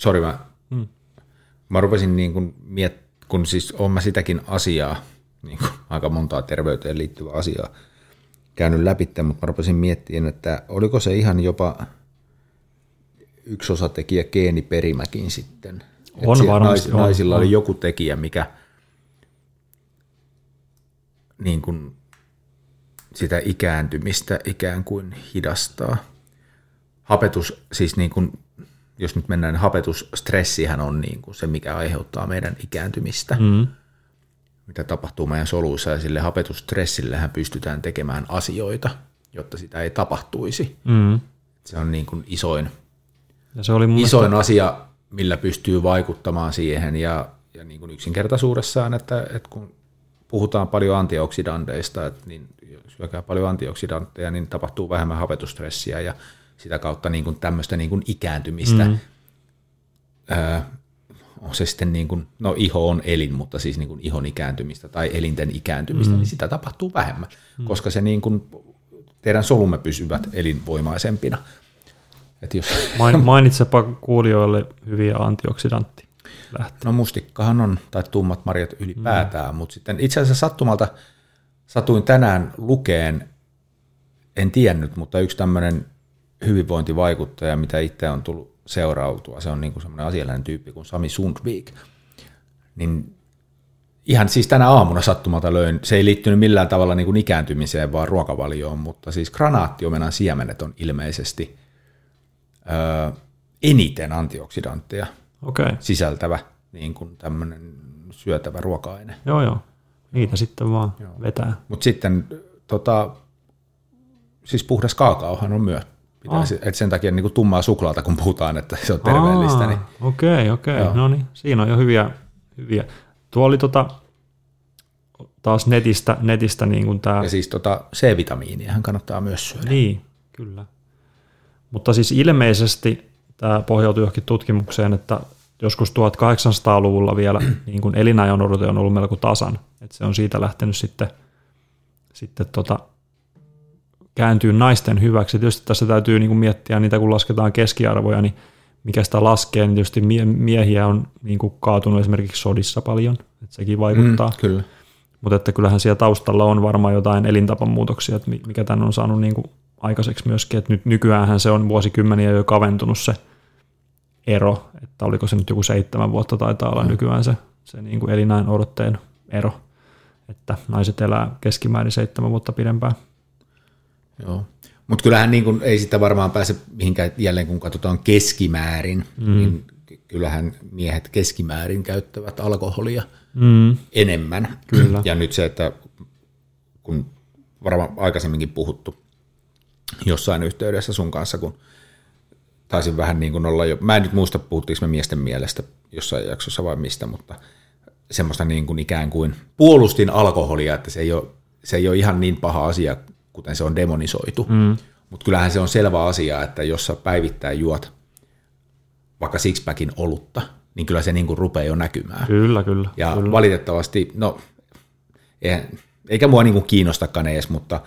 mä rupesin niin kuin kun siis olen mä sitäkin asiaa, niin kuin aika montaa terveyteen liittyvää asiaa käynyt läpi, mutta mä rupesin miettimään, että oliko se ihan jopa yksi osatekijä geeniperimäkin sitten. On varmasti. Naisilla oli joku tekijä, mikä niin kuin sitä ikääntymistä ikään kuin hidastaa. Hapetus, siis niin kuin, jos nyt mennään, niin hapetusstressihän on niin kuin se, mikä aiheuttaa meidän ikääntymistä, mitä tapahtuu meidän soluissa, ja sille hapetusstressillähän pystytään tekemään asioita, jotta sitä ei tapahtuisi. Se on niin kuin isoin asia, millä pystyy vaikuttamaan siihen, ja niin kuin yksinkertaisuudessaan, että kun puhutaan paljon antioksidanteista, että niin syökää paljon antioksidantteja, niin tapahtuu vähemmän hapetusstressiä, ja sitä kautta niin kuin tämmöistä niin kuin ikääntymistä. On se sitten, niin kuin, no iho on elin, mutta siis niin kuin ihon ikääntymistä tai elinten ikääntymistä, niin sitä tapahtuu vähemmän, koska se niin kuin, teidän solumme pysyvät elinvoimaisempina. Mainitsepa kuulijoille hyviä antioksidantti-lähteitä. No mustikkahan on, tai tummat marjat ylipäätään, mutta sitten itse asiassa sattumalta satuin tänään lukeen, en tiennyt, mutta yksi tämmöinen hyvinvointivaikuttaja, mitä itse on tullut seurautua, se on niin kuin semmoinen asiallinen tyyppi kuin Sami Sundvik, niin ihan siis tänä aamuna sattumalta löin, se ei liittynyt millään tavalla niin kuin ikääntymiseen, vaan ruokavalioon, mutta siis granaattiomenan siemenet on ilmeisesti eniten antioksidantteja sisältävä niin kuin tämmöinen syötävä ruoka-aine. Joo, niitä sitten vaan vetää. Mutta sitten siis puhdas kaakaohan on myös. Että sen takia niin kuin tummaa suklaata, kun puhutaan, että se on terveellistä. Niin. Okei. No niin, siinä on jo hyviä. Tuo oli taas netistä niin kuin tämä. Ja siis C-vitamiiniähän kannattaa myös syödä. Niin, kyllä. Mutta siis ilmeisesti tämä pohjautuu johonkin tutkimukseen, että joskus 1800-luvulla vielä niin kuin elinajan odote on ollut melko tasan. Että se on siitä lähtenyt sitten kääntyy naisten hyväksi. Tietysti tässä täytyy niin kuin miettiä niitä, kun lasketaan keskiarvoja, niin mikä sitä laskee, niin tietysti miehiä on niin kuin kaatunut esimerkiksi sodissa paljon, että sekin vaikuttaa. Kyllä. Mutta että kyllähän siellä taustalla on varmaan jotain elintapamuutoksia, että mikä tämän on saanut niin kuin aikaiseksi myöskin, että nyt nykyäänhän se on vuosikymmeniä jo kaventunut se ero, että oliko se nyt joku 7 vuotta taitaa olla nykyään se niin kuin elinajan odotteen ero, että naiset elää keskimäärin 7 vuotta pidempään. Joo, mutta kyllähän niin kun, ei sitä varmaan pääse mihinkään jälleen, kun katsotaan keskimäärin, niin kyllähän miehet keskimäärin käyttävät alkoholia enemmän. Kyllä. Ja nyt se, että kun varmaan aikaisemminkin puhuttu jossain yhteydessä sun kanssa, kun taisin vähän niin kuin olla jo, mä en nyt muista, puhuttiinko me miesten mielestä jossain jaksossa vai mistä, mutta semmoista niin kuin ikään kuin puolustin alkoholia, että se ei ole ihan niin paha asia, kuten se on demonisoitu. Mutta kyllähän se on selvä asia, että jos sä päivittäin juot vaikka sixpackin olutta, niin kyllä se niin kuin rupeaa jo näkymään. Kyllä. Ja valitettavasti, no eikä mua niin kuin kiinnostakaan edes, mutta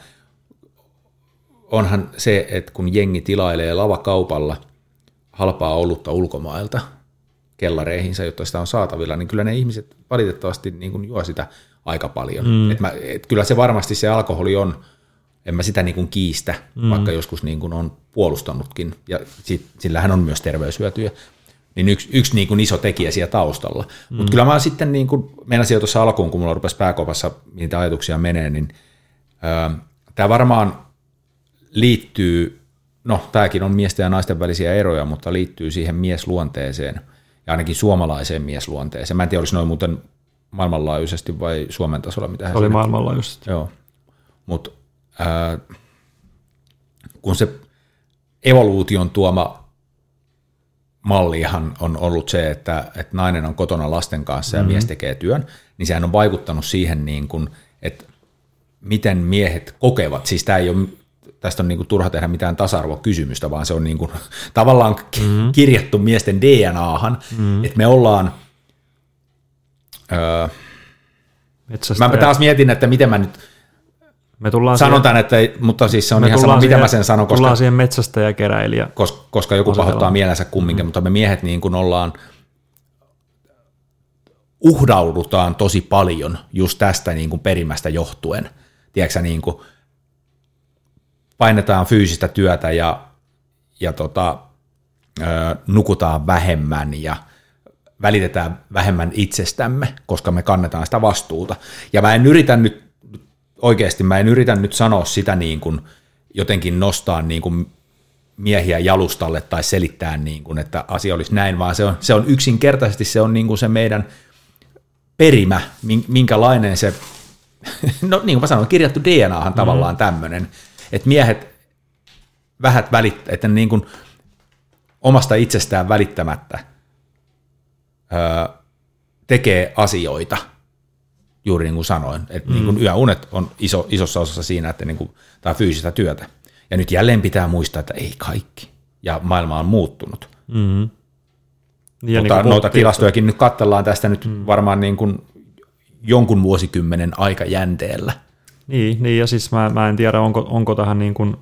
onhan se, että kun jengi tilailee lavakaupalla halpaa olutta ulkomailta kellareihinsa, jotta sitä on saatavilla, niin kyllä ne ihmiset valitettavasti niin kuin juo sitä aika paljon. Kyllä se varmasti se alkoholi on, en mä sitä niin kuin kiistä, vaikka joskus niin kuin on puolustanutkin, ja sillähän on myös terveyshyötyjä, niin yksi niin kuin iso tekijä siellä taustalla. Mutta kyllä mä sitten, niin kuin meinasin jo tuossa alkuun, kun mulla rupesi pääkopassa niitä ajatuksia menee, niin tämä varmaan liittyy, no tämäkin on miesten ja naisten välisiä eroja, mutta liittyy siihen miesluonteeseen, ja ainakin suomalaiseen miesluonteeseen. Mä en tiedä, oliko noin muuten maailmanlaajuisesti vai Suomen tasolla. Mitä se oli maailmanlaajuisesti. Joo, mutta kun se evoluution tuoma mallihan on ollut se, että nainen on kotona lasten kanssa ja mies tekee työn, niin sehän on vaikuttanut siihen, niin kuin, että miten miehet kokevat. Siis tämä ei ole, tästä on niin kuin turha tehdä mitään tasa-arvokysymystä, vaan se on niin kuin tavallaan kirjattu miesten DNAhan, että me ollaan... Mä taas mietin, että miten mä nyt... Sanotaan, että mutta siis se on ihan sama, mitä mä sen sanon, tullaan siihen metsästäjäkeräilijä. Koska joku pahoittaa mielensä kumminkin, mutta me miehet niin kuin uhraudutaan tosi paljon just tästä niin kuin perimästä johtuen. Tiedätkö, niin kuin painetaan fyysistä työtä ja nukutaan vähemmän ja välitetään vähemmän itsestämme, koska me kannetaan sitä vastuuta. Ja mä en yritä nyt sanoa sitä niin kuin jotenkin nostaa niin kuin miehiä jalustalle tai selittää, niin kuin, että asia olisi näin, vaan se on yksinkertaisesti se on niin kuin se meidän perimä, minkälainen se, no niin kuin mä sanoin, kirjattu DNAhan tavallaan tämmöinen, että miehet vähät että niin kuin omasta itsestään välittämättä tekee asioita, juuri niin kuin sanoin, että niin kuin yöunet on isossa osassa siinä, että niin kuin, tai fyysistä työtä. Ja nyt jälleen pitää muistaa, että ei kaikki, ja maailma on muuttunut. Ja mutta niin noita tilastojakin nyt katsellaan tästä nyt varmaan niin kuin jonkun vuosikymmenen aikajänteellä. Niin ja siis mä en tiedä, onko tähän niin kuin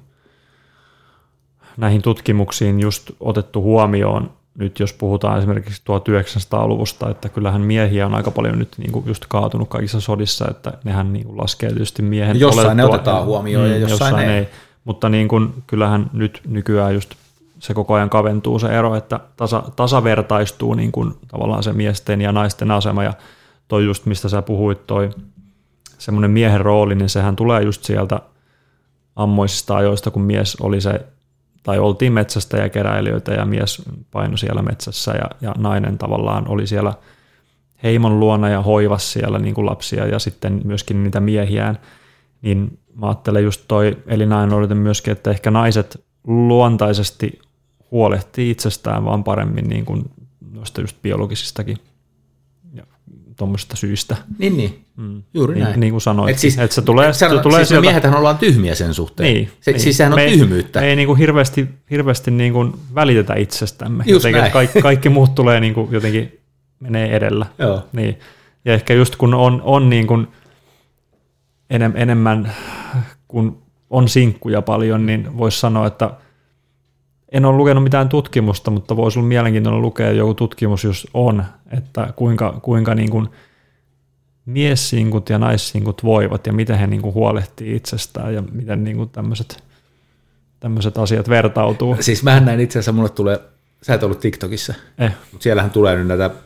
näihin tutkimuksiin just otettu huomioon, nyt jos puhutaan esimerkiksi 1900-luvusta, että kyllähän miehiä on aika paljon nyt niin kuin just kaatunut kaikissa sodissa, että nehän niin kuin laskee tietysti miehen jossain ne otetaan huomioon ja jossain ei. Mutta niin kuin, kyllähän nyt nykyään just se koko ajan kaventuu se ero, että tasavertaistuu niin kuin tavallaan se miesten ja naisten asema, ja toi just mistä sä puhuit, toi semmoinen miehen rooli, niin sehän tulee just sieltä ammoisista ajoista, kun mies oli se, tai oltiin metsästäjäkeräilijöitä ja mies painoi siellä metsässä ja nainen tavallaan oli siellä heimon luona ja hoivasi siellä niin kuin lapsia ja sitten myöskin niitä miehiään, niin mä ajattelen just toi elinainoiden myöskin, että ehkä naiset luontaisesti huolehtii itsestään vaan paremmin niin kuin noista just biologisistakin ja tuommoisista syistä. Niin. Juuri näin. Niin kuin sanoit. Siis, että se tulee siis me miehethän ollaan tyhmiä sen suhteen. Niin. Siis sehän on tyhmyyttä. Me ei niin kuin hirveästi niin kuin välitetä itsestämme. Just näin. Kaikki muut tulee niin kuin jotenkin menee edellä. Joo. Niin. Ja ehkä just kun on niin kuin enemmän, kun on sinkkuja paljon, niin voisi sanoa, että en ole lukenut mitään tutkimusta, mutta voisi olla mielenkiintoinen lukea joku tutkimus, jos on, että kuinka niin kuin miessinkut ja naissinkut voivat ja miten he niin kuin huolehtii itsestään ja miten niin kuin tämmöiset asiat vertautuu. Siis mähän näin itse asiassa, mulle tulee, sä et ollut TikTokissa, mutta siellähän tulee nyt näitä,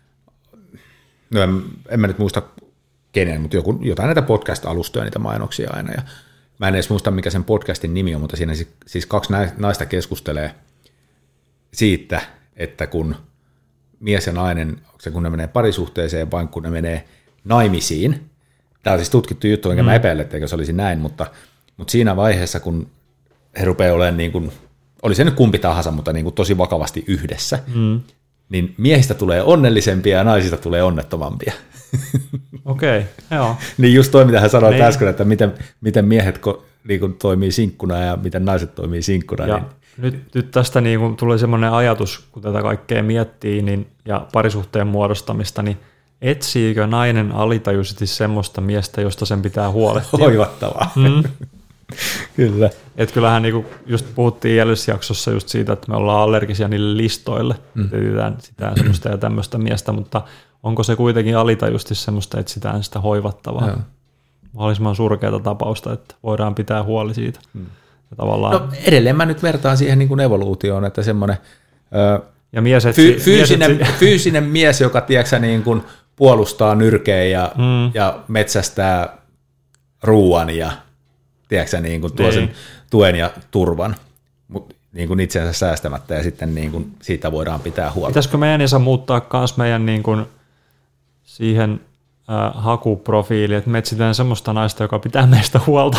no en mä nyt muista kenen, mutta jotain näitä podcast-alustoja, niitä mainoksia aina, ja mä en edes muista, mikä sen podcastin nimi on, mutta siinä siis kaksi naista keskustelee siitä, että kun mies ja nainen, kun ne menee parisuhteeseen, vai kun ne menee naimisiin. Tämä on siis tutkittu juttu, enkä mä epäile, etteikö se olisi näin, mutta siinä vaiheessa, kun he rupeaa olemaan, niin kuin, oli se nyt kumpi tahansa, mutta niin kuin tosi vakavasti yhdessä, niin miehistä tulee onnellisempia ja naisista tulee onnettomampia. Okei, joo. Niin just toi, mitä hän sanoi äsken, että miten miehet niin toimii sinkkuna ja miten naiset toimii sinkkuna. Ja niin. Nyt tästä niin tulee semmoinen ajatus, kun tätä kaikkea miettii ja parisuhteen muodostamista, niin etsiikö nainen alitajuisesti semmoista miestä, josta sen pitää huolehtia? Hoivattavaa. Kyllä. Et kyllähän niinku just puhuttiin edellisessä jaksossa just siitä, että me ollaan allergisia niille listoille, etsitään sitä semmoista ja tämmöistä miestä, mutta onko se kuitenkin alitajuisesti semmoista, etsitään sitä hoivattavaa? Joo. Mahdollisimman surkeata tapausta, että voidaan pitää huoli siitä. Ja tavallaan... No edelleen mä nyt vertaan siihen niin kuin evoluutioon, että semmoinen ja fyysinen mies, joka tiedätkö, niin kuin puolustaa nyrkeä ja metsästää ruuan ja tiedätkö, niin kuin tuo sen tuen ja turvan, mutta niin kuin itsensä säästämättä ja sitten niin kuin siitä voidaan pitää huolta. Pitäisikö meidän Esa muuttaa myös meidän niin kuin siihen hakuprofiiliin, että me etsitään semmoista naista, joka pitää meistä huolta?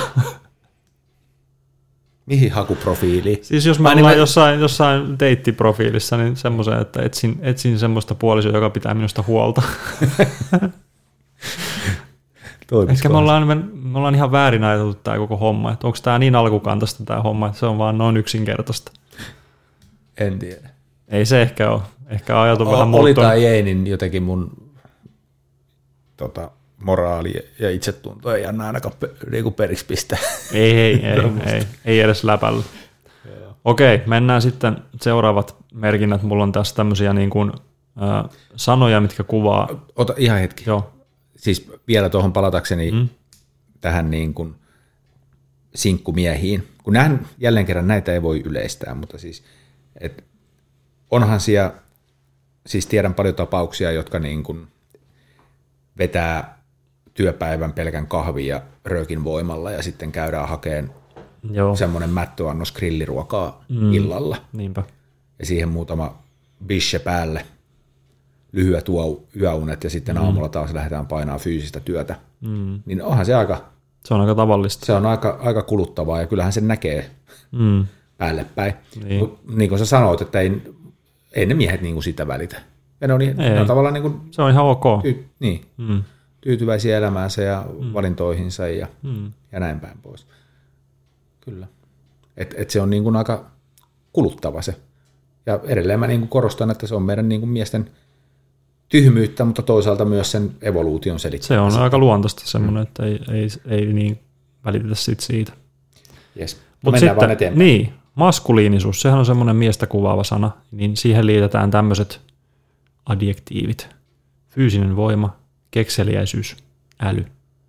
Mihin hakuprofiiliin? Siis jos mä ollaan jossain deittiprofiilissa, niin semmoisen, että etsin semmoista puolisoa, joka pitää minusta huolta. Ehkä me ollaan ihan väärin ajateltu tämä koko homma, että onko tämä niin alkukantaista tämä homma, että se on vaan noin yksinkertaista. En tiedä. Ei se ehkä ole. Ehkä ajatus vähän oli tai ei, niin jotenkin mun moraali ja itsetunto ei anna ainakaan niinku periksi pistää. Ei edes läpällä. Okei, mennään sitten seuraavat merkinnät. Mulla on tässä tämmöisiä niin kuin, sanoja, mitkä kuvaa. Ota ihan hetki. Joo. Siis vielä tuohon palatakseni tähän niin kuin sinkkumiehiin. Kun jälleen kerran näitä ei voi yleistää, mutta siis onhan siellä, siis tiedän paljon tapauksia, jotka niin kuin vetää työpäivän pelkän kahvin ja röökin voimalla ja sitten käydään hakemaan semmoinen mättöannos grilliruokaa illalla. Niinpä. Ja siihen muutama bishe päälle, lyhyet yöunet ja sitten aamulla taas lähdetään painaa fyysistä työtä. Niin onhan se aika... Se on aika tavallista. Se on aika kuluttavaa ja kyllähän se näkee päälle päin. Niin kuin sä sanoit, että ei ne miehet niin kuin sitä välitä. Ja ne on tavallaan niin kuin, se on ihan ok. Tyytyväisiä elämäänsä ja valintoihinsa ja näin päin pois. Kyllä. Et se on niin kuin aika kuluttava se. Ja edelleen mä niin kuin korostan, että se on meidän niin kuin miesten tyhmyyttä, mutta toisaalta myös sen evoluution selittämistä. Se on aika luontaista semmoinen, että ei niin välitetä siitä. Yes. Mutta mennään vaan eteenpäin. Niin, maskuliinisuus, sehän on semmoinen miestä kuvaava sana, niin siihen liitetään tämmöiset adjektiivit. Fyysinen voima, kekseliäisyys, äly.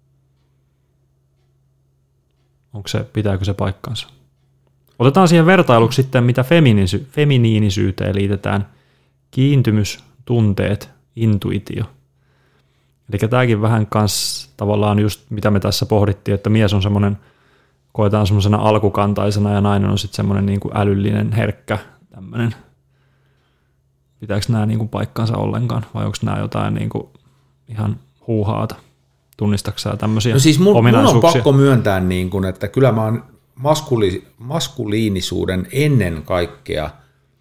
Pitääkö se paikkansa? Otetaan siihen vertailuksi sitten, mitä feminiinisyyteen liitetään. Kiintymys, tunteet, intuitio. Eli tämäkin vähän kanssa tavallaan just, mitä me tässä pohdittiin, että mies on semmoinen, koetaan semmoisena alkukantaisena ja nainen on sitten semmoinen niin kuin älyllinen, herkkä, tämmöinen. Pitääkö nämä niin kuin paikkansa ollenkaan vai onko nämä jotain niin kuin ihan huuhaata? Tunnistatko sä tämmöisiä ominaisuuksia? Mun on pakko myöntää, niin kuin, että kyllä mä oon maskuliinisuuden ennen kaikkea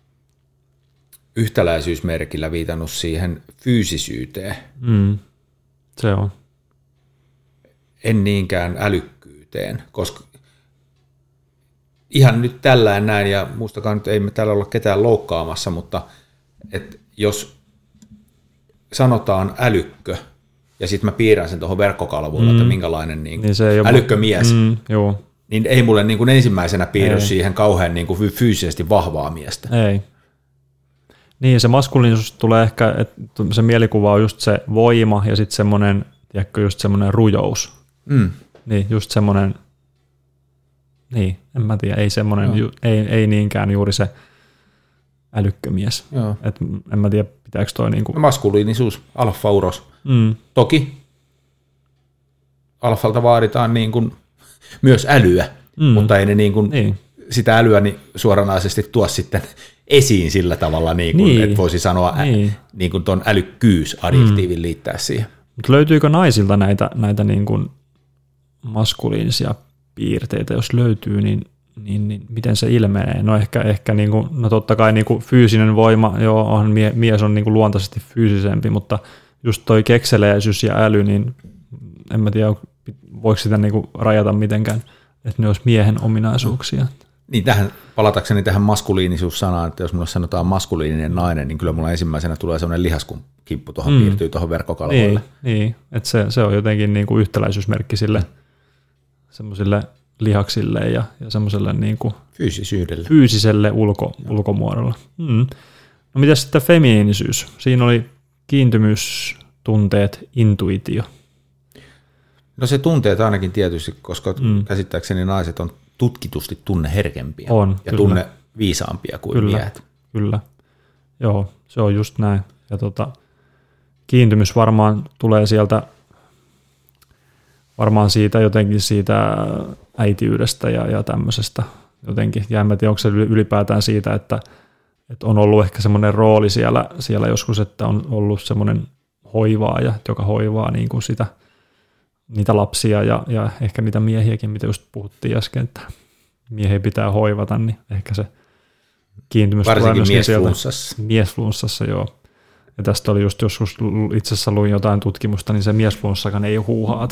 yhtäläisyysmerkillä viitannut siihen fyysisyyteen. Se on. En niinkään älykkyyteen, koska ihan nyt tällään näin, ja muistakaan nyt ei me täällä olla ketään loukkaamassa, mutta että jos sanotaan älykkö, ja sitten mä piirrän sen tuohon verkkokalvoilla, että minkälainen niin älykkömies, niin ei mulle niin kuin ensimmäisenä piirry siihen kauhean niin kuin fyysisesti vahvaa miestä. Ei. Niin, se maskuliinisuus tulee ehkä, että se mielikuva on just se voima ja sitten semmoinen, tiedätkö, just semmoinen rujous. Niin, just semmoinen, niin, en mä tiedä, ei semmoinen, ei niinkään juuri se älykkömies. Et en mä tiedä, pitääkö toi niinku... Maskuliinisuus, alfa-uros. Toki alfalta vaaditaan niin kuin myös älyä, mutta ei ne niin kuin sitä älyä niin suoranaisesti tuo sitten esiin sillä tavalla, niin kuin, että voisi sanoa niin kuin tuon älykkyysadjektiivin liittää siihen. Mutta löytyykö naisilta näitä niin kuin maskuliinisia piirteitä? Jos löytyy, niin niin miten se ilmenee? No ehkä niin kuin, no totta kai niin kuin fyysinen voima, joo, mies on niin kuin luontaisesti fyysisempi, mutta just toi kekseleisyys ja äly, niin en mä tiedä, voiko sitä niin kuin rajata mitenkään, että ne olisi miehen ominaisuuksia. Niin palatakseni tähän maskuliinisuus-sanaan, että jos mulle sanotaan maskuliininen nainen, niin kyllä mulla ensimmäisenä tulee sellainen lihaskimppu tuohon piirtyy tuohon verkkokalvoille. Niin. Että se on jotenkin niin kuin yhtäläisyysmerkki sille semmoisille lihaksille ja semmoiselle niin kuin fyysiselle ulkomuodolle. No mitäs sitten feminiinisyys? Siinä oli kiintymys, tunteet, intuitio. No se tunteet ainakin tietysti, koska käsittääkseni naiset on tutkitusti tunneherkempiä ja tunne viisaampia kuin miehet. Kyllä, joo, se on just näin. Ja kiintymys varmaan tulee sieltä, varmaan siitä jotenkin siitä äitiydestä ja tämmöisestä jotenkin. Ja en mä tiedä, onko se ylipäätään siitä, että on ollut ehkä semmoinen rooli siellä joskus, että on ollut semmoinen hoivaaja, joka hoivaa niin kuin niitä lapsia ja ehkä niitä miehiäkin, mitä just puhuttiin äsken, että miehiä pitää hoivata, niin ehkä se kiintymys tulee myöskin sieltä. Miesflunssassa, joo. Ja tästä oli just joskus, itse asiassa luin jotain tutkimusta, niin se miesflunssakaan ei ole huuhaata.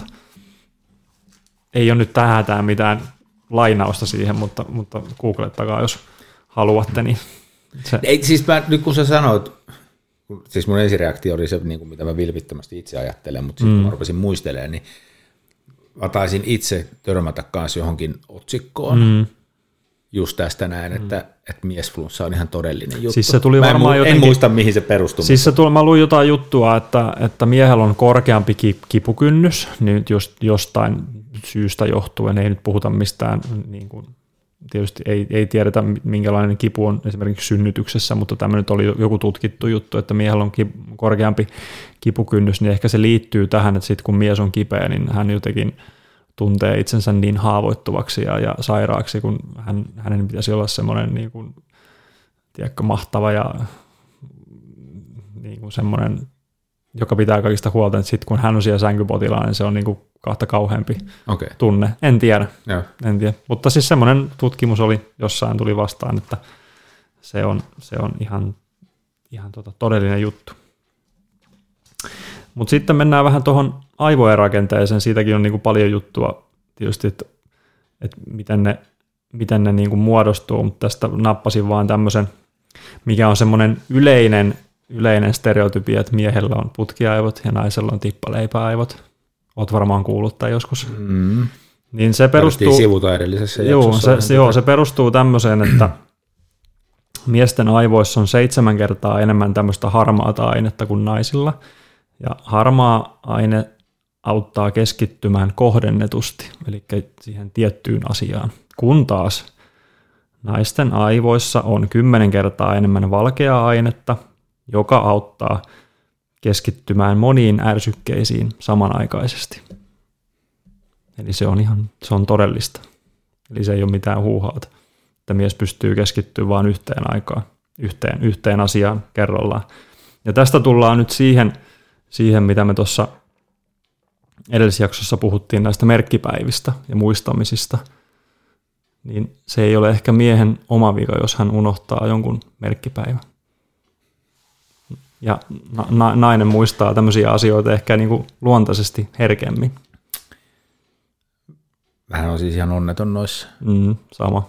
Ei ole nyt tähätään mitään lainausta siihen, mutta googlettakaa, jos haluatte. Niin se. Ei, siis nyt kun sä sanoit, siis mun ensireaktio oli se, niin kuin mitä mä vilpittömästi itse ajattelen, mutta sitten kun mä rupesin muistelemaan, niin mä taisin itse törmätä kanssa johonkin otsikkoon just tästä näin, että miesflunssa on ihan todellinen juttu. Siis se tuli varmaan en muista, mihin se perustuu. Siis mä luin jotain juttua, että miehellä on korkeampi kipukynnys, nyt just jostain syystä johtuen, ei nyt puhuta mistään, niin kuin, tietysti ei tiedetä, minkälainen kipu on esimerkiksi synnytyksessä, mutta tämä nyt oli joku tutkittu juttu, että miehellä on korkeampi kipukynnys, niin ehkä se liittyy tähän, että sitten kun mies on kipeä, niin hän jotenkin tuntee itsensä niin haavoittuvaksi ja sairaaksi, kun hänen pitäisi olla semmoinen niin kuin, tiedätkö, mahtava ja niin kuin semmoinen, joka pitää kaikista huolta, että sitten kun hän on siellä sänkypotilaana, niin se on niin kuin kahta kauheampi tunne. En tiedä. Mutta siis semmoinen tutkimus oli, jossain tuli vastaan, että se on ihan todellinen juttu. Mutta sitten mennään vähän tuohon aivojen rakenteeseen. Siitäkin on niinku paljon juttua tietysti, että miten ne niinku muodostuu, mutta tästä nappasin vaan tämmöisen, mikä on semmoinen yleinen stereotypia, että miehellä on putkiaivot ja naisella on tippaleipäaivot. Olet varmaan kuullut tämän joskus. Niin se perustuu sivuta edellisessä jaksossa. Se perustuu tämmöiseen, että miesten aivoissa on 7 kertaa enemmän tämmöistä harmaata ainetta kuin naisilla. Ja harmaa aine auttaa keskittymään kohdennetusti, eli siihen tiettyyn asiaan. Kun taas naisten aivoissa on 10 kertaa enemmän valkeaa ainetta, joka auttaa keskittymään moniin ärsykkeisiin samanaikaisesti. Eli se on todellista. Eli se ei ole mitään huuhaata, että mies pystyy keskittymään vain yhteen aikaan, yhteen asiaan kerrallaan. Ja tästä tullaan nyt siihen, mitä me tuossa edellisessä jaksossa puhuttiin näistä merkkipäivistä ja muistamisista, niin se ei ole ehkä miehen oma vika, jos hän unohtaa jonkun merkkipäivän. Ja nainen muistaa tämmöisiä asioita ehkä niin kuin luontaisesti herkemmin. Vähän on siis ihan onneton noissa. Sama.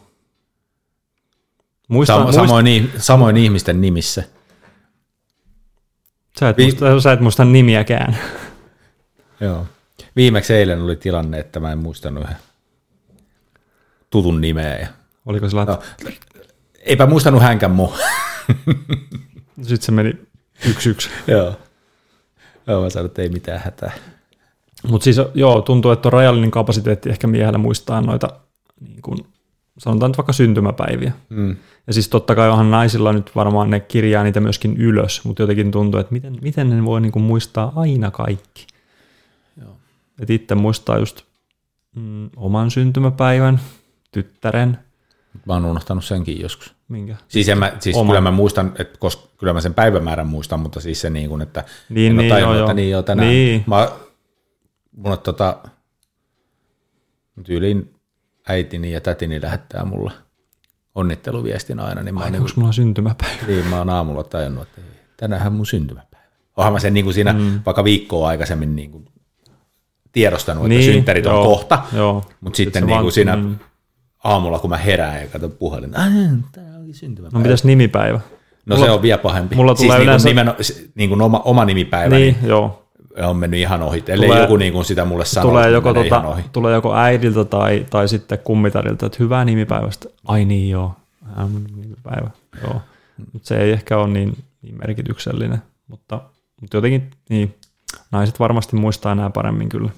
Samoin ihmisten nimissä. Sä et muista nimiäkään. Joo. Viimeksi eilen oli tilanne, että mä en muistanut yhden tutun nimeä. Oliko sillä? No, eipä muistanut hänkään muu. Sitten se meni 1-1. Joo, mä sanoin, että ei mitään hätää. Mutta siis tuntuu, että on rajallinen kapasiteetti ehkä miehellä muistaa noita, niin kun, sanotaan nyt vaikka syntymäpäiviä. Ja siis totta kai onhan naisilla nyt varmaan ne kirjaa niitä myöskin ylös, mutta jotenkin tuntuu, että miten ne voi niin kun muistaa aina kaikki. Että itse muistaa just oman syntymäpäivän, tyttären. Mä oon unohtanut senkin joskus. Minkä? Siis kyllä mä muistan, että kyllä mä sen päivämäärän muistan, mutta siis se niin kuin, että en ole tajunnut, että tänään. Mun on tyyliin äitini ja tätini lähettää mulle onnitteluviestin aina. Niin onko mulla syntymäpäivä? Niin, mä oon aamulla tajunnut, että tänäänhän mun syntymäpäivä. Onhan mä sen niin kuin siinä vaikka viikkoa aikaisemmin niin kuin tiedostanut, että synttärit on kohta, mutta sitten niin kuin siinä aamulla, kun mä herään ja katson puhelin, tämä onkin syntymäpäivä. No mitäs nimipäivä? No se on vielä pahempi. Mulla tulee siis niin kuin oma nimipäivä niin, joo. On mennyt ihan ohi. Ellei joku niin kuin sitä mulle sanoo, tulee joko äidiltä tai sitten kummitarilta, että hyvää nimipäivästä. Ai niin joo, nimipäivä. Joo. Mutta se ei ehkä ole niin merkityksellinen, mutta jotenkin niin, naiset varmasti muistaa nämä paremmin kyllä.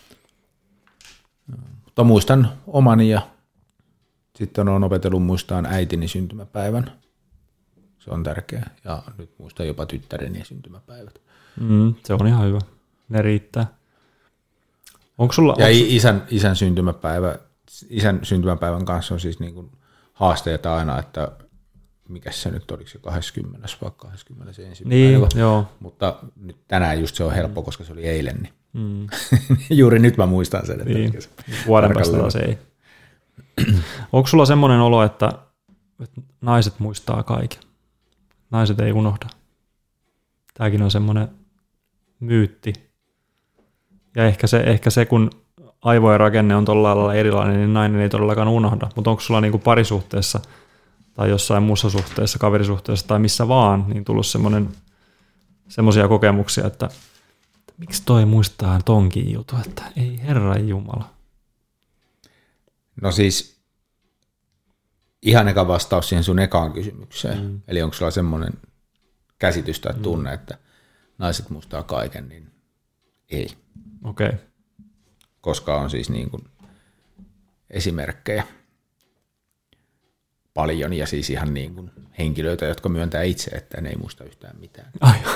Mutta muistan omani ja sitten olen opetellut muistaan äitini syntymäpäivän. Se on tärkeää. Ja nyt muistan jopa tyttäreni syntymäpäivät. Se on ihan hyvä. Ne riittää. Isän syntymäpäivän kanssa on siis niin kuin haasteita aina, että mikä se nyt oliko se 20 vai 21. Niin, päivä. joo. Mutta nyt tänään just se on helppo, koska se oli eilen. Niin. Juuri nyt mä muistan sen. Että niin. Vuoden päästä taas ei. Onko sulla semmoinen olo, että naiset muistaa kaiken? Naiset ei unohda. Tämäkin on semmoinen myytti. Ja ehkä se, kun aivojen rakenne on tuolla lailla erilainen, niin nainen ei todellakaan unohda. Mutta onko sulla niinku parisuhteessa tai jossain muussa suhteessa, kaverisuhteessa tai missä vaan, niin tullut semmoisia kokemuksia, että miksi toi muistaa tonkin jutun, että ei Herran Jumala. No siis ihan eka vastaus siihen sun ekaan kysymykseen. Eli onko sulla semmoinen käsitys tai tunne, että naiset muistaa kaiken, niin ei. Okei. Okay. Koska on siis niin kuin esimerkkejä paljon ja siis ihan niin kuin henkilöitä, jotka myöntää itse, että ne ei muista yhtään mitään.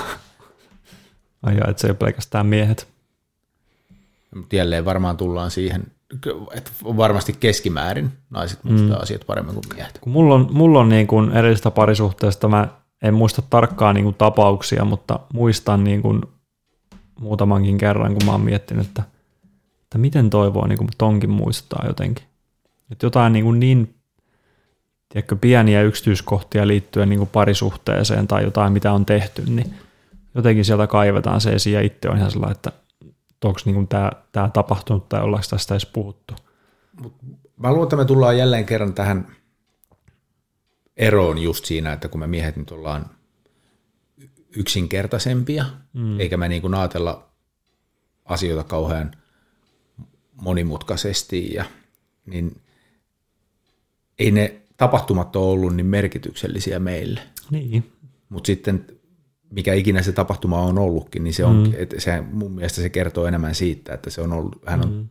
Ai että se ei ole pelkästään miehet. Mutta jälleen varmaan tullaan siihen, että varmasti keskimäärin naiset muistaa asiat paremmin kuin miehet. Kun mulla on niin kuin edellisestä parisuhteesta, mä en muista tarkkaan niin kuin tapauksia, mutta muistan niin kuin muutamankin kerran, kun mä oon miettinyt, että miten toivoo niin kuin tonkin muistaa jotenkin. Että jotain niin tiedätkö, pieniä yksityiskohtia liittyen niin kuin parisuhteeseen tai jotain, mitä on tehty, niin jotenkin sieltä kaivetaan se esiin ja itse on ihan sellainen, että onko niin tämä tapahtunut tai ollaanko tästä edes puhuttu. Mä luulen, että me tullaan jälleen kerran tähän eroon just siinä, että kun me miehet nyt ollaan yksinkertaisempia, eikä me niin kuin ajatella asioita kauhean monimutkaisesti, niin ei ne tapahtumat ole ollut niin merkityksellisiä meille. Niin. Mutta sitten mikä ikinä se tapahtuma on ollutkin, niin se on, että mun mielestä se kertoo enemmän siitä, että se on ollut, hän on,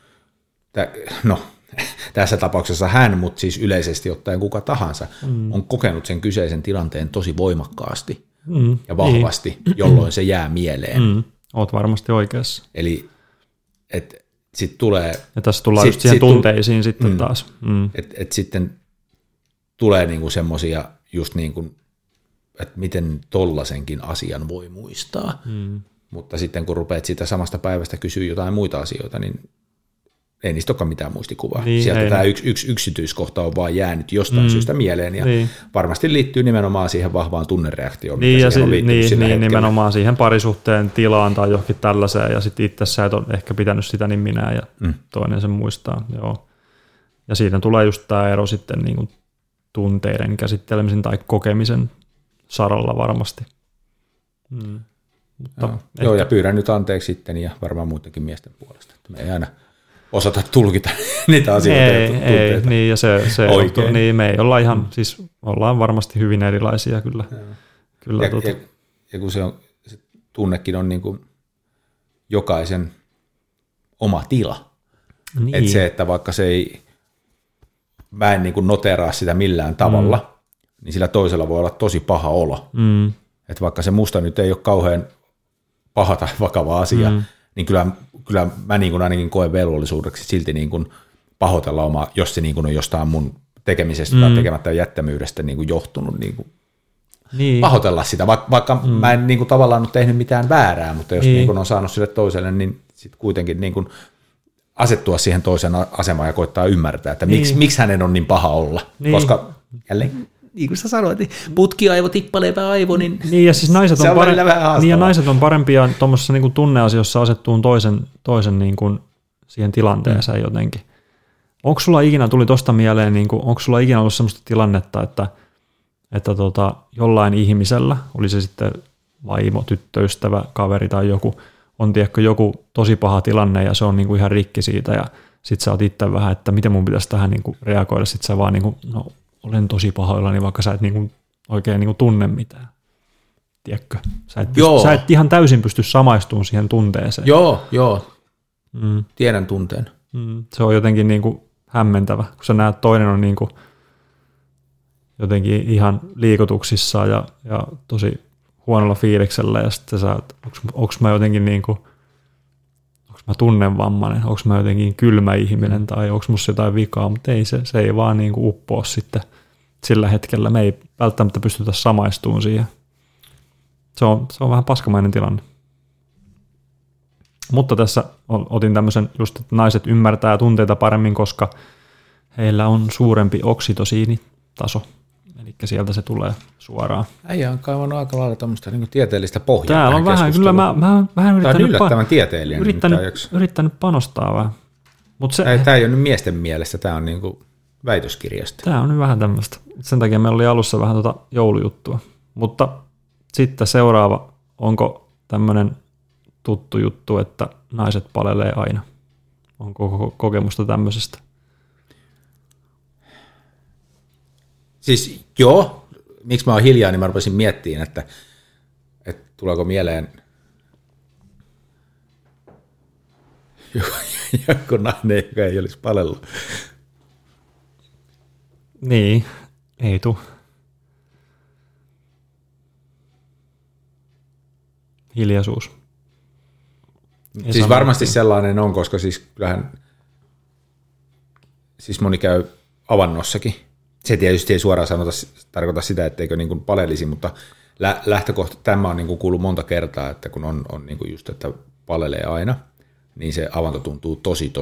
tässä tapauksessa hän, mutta siis yleisesti ottaen kuka tahansa, on kokenut sen kyseisen tilanteen tosi voimakkaasti ja vahvasti, jolloin se jää mieleen. Oot varmasti oikeassa. Eli sitten tulee... Ja tässä tullaan just siihen tunteisiin sitten taas. Että sitten tulee niinku semmoisia just niin kuin, että miten tollasenkin asian voi muistaa. Mutta sitten kun rupeat siitä samasta päivästä kysyä jotain muita asioita, niin ei niistä olekaan mitään muistikuvaa. Niin, sieltä tämä yksi yksityiskohta on vaan jäänyt jostain syystä mieleen ja varmasti liittyy nimenomaan siihen vahvaan tunnereaktioon, mitä siihen on liittynyt sillä hetkellä. Nimenomaan siihen parisuhteen tilaan tai johonkin tällaiseen ja sitten itse sä et ole ehkä pitänyt sitä niin minä ja toinen sen muistaa. Joo. Ja siinä tulee just tämä ero sitten niin kuin tunteiden käsittelemisen tai kokemisen saralla varmasti. Mutta joo, ja pyydän nyt anteeksi sitten ja varmaan muidenkin miesten puolesta, että me ei aina osata tulkita niitä asioita ja tunteita. Niin, ja se on, niin me ei olla ihan, siis ollaan varmasti hyvin erilaisia kyllä. Kyllä ja kun se tunnekin on niin kuin jokaisen oma tila. Niin. Että se, että vaikka se ei, mä en niin kuin noteraa sitä millään tavalla, niin sillä toisella voi olla tosi paha olo. Että vaikka se musta nyt ei ole kauhean paha tai vakava asia, niin kyllä mä niin kuin ainakin koen velvollisuudeksi silti niin kuin pahoitella omaa, jos se niin kuin on jostain mun tekemisestä tai tekemättä jättämyydestä niin kuin johtunut, niin kuin pahoitella sitä, vaikka mä en niin kuin tavallaan ole tehnyt mitään väärää, mutta jos niin kuin on saanut sille toiselle, niin sitten kuitenkin niin kuin asettua siihen toisen asemaan ja koittaa ymmärtää, että miksi hänen on niin paha olla. Niin. Koska jälleen, niin kuin sä sanoit, putkiaivo, tippaleipä aivo, niin ja siis naiset on parempia tuommoisessa niin kuin tunneasioissa asettuun toisen niin kuin siihen tilanteeseen jotenkin. Onko sulla ikinä, tuli tuosta mieleen, niin kuin, onko sulla ikinä ollut sellaista tilannetta, että jollain ihmisellä, oli se sitten vaimo, tyttöystävä, kaveri tai joku, on tiedätkö, joku tosi paha tilanne ja se on niin kuin ihan rikki siitä ja sit sä oot itse vähän, että miten mun pitäisi tähän niin kuin reagoida, sit sä vaan niin kuin, no olen tosi pahoillani, vaikka sä et niin kuin oikein niin kuin tunne mitään. Tiedätkö? Sä et ihan täysin pysty samaistumaan siihen tunteeseen. Joo. Tiedän tunteen. Se on jotenkin niin kuin hämmentävä, kun sä näet, toinen on niin kuin jotenkin ihan liikutuksissa ja tosi huonolla fiiliksellä ja sitten sä, onko mä jotenkin niin kuin, onko mä tunnevammainen, onko mä jotenkin kylmä ihminen tai onko musta jotain vikaa, mutta ei se ei vaan niin kuin uppoa sitten sillä hetkellä. Me ei välttämättä pystytä samaistumaan siihen. Se on vähän paskamainen tilanne. Mutta tässä otin tämmöisen just, että naiset ymmärtää tunteita paremmin, koska heillä on suurempi oksitosiinitaso. Eli sieltä se tulee suoraan. Äijä on kaivannut aika lailla tämmöistä niin tieteellistä pohjaa. Täällä on vähän, kyllä mä vähän yllättävän tieteellinen. Yrittänyt panostaa vähän. Tämä ei ole nyt miesten mielessä, tämä on niin kuin väitöskirjasta. Tämä on nyt vähän tämmöistä. Sen takia meillä oli alussa vähän joulujuttua. Mutta sitten seuraava, onko tämmöinen tuttu juttu, että naiset palelee aina? Onko kokemusta tämmöisestä? Siis joo, miksi mä oon hiljaa, niin mä rupesin miettimään, että tuleeko mieleen joku nainen, joka ei olisi palellut. Niin, ei tule. Hiljaisuus. Siis varmasti sellainen on, koska siis kyllähän siis moni käy avannossakin. Se tietysti ei suoraan tarkoita sitä, etteikö niin kuin palelisi, mutta lähtökohta, tämä on niin kuin kuullut monta kertaa, että kun on niin kuin just, että palelee aina, niin se avanto tuntuu tosi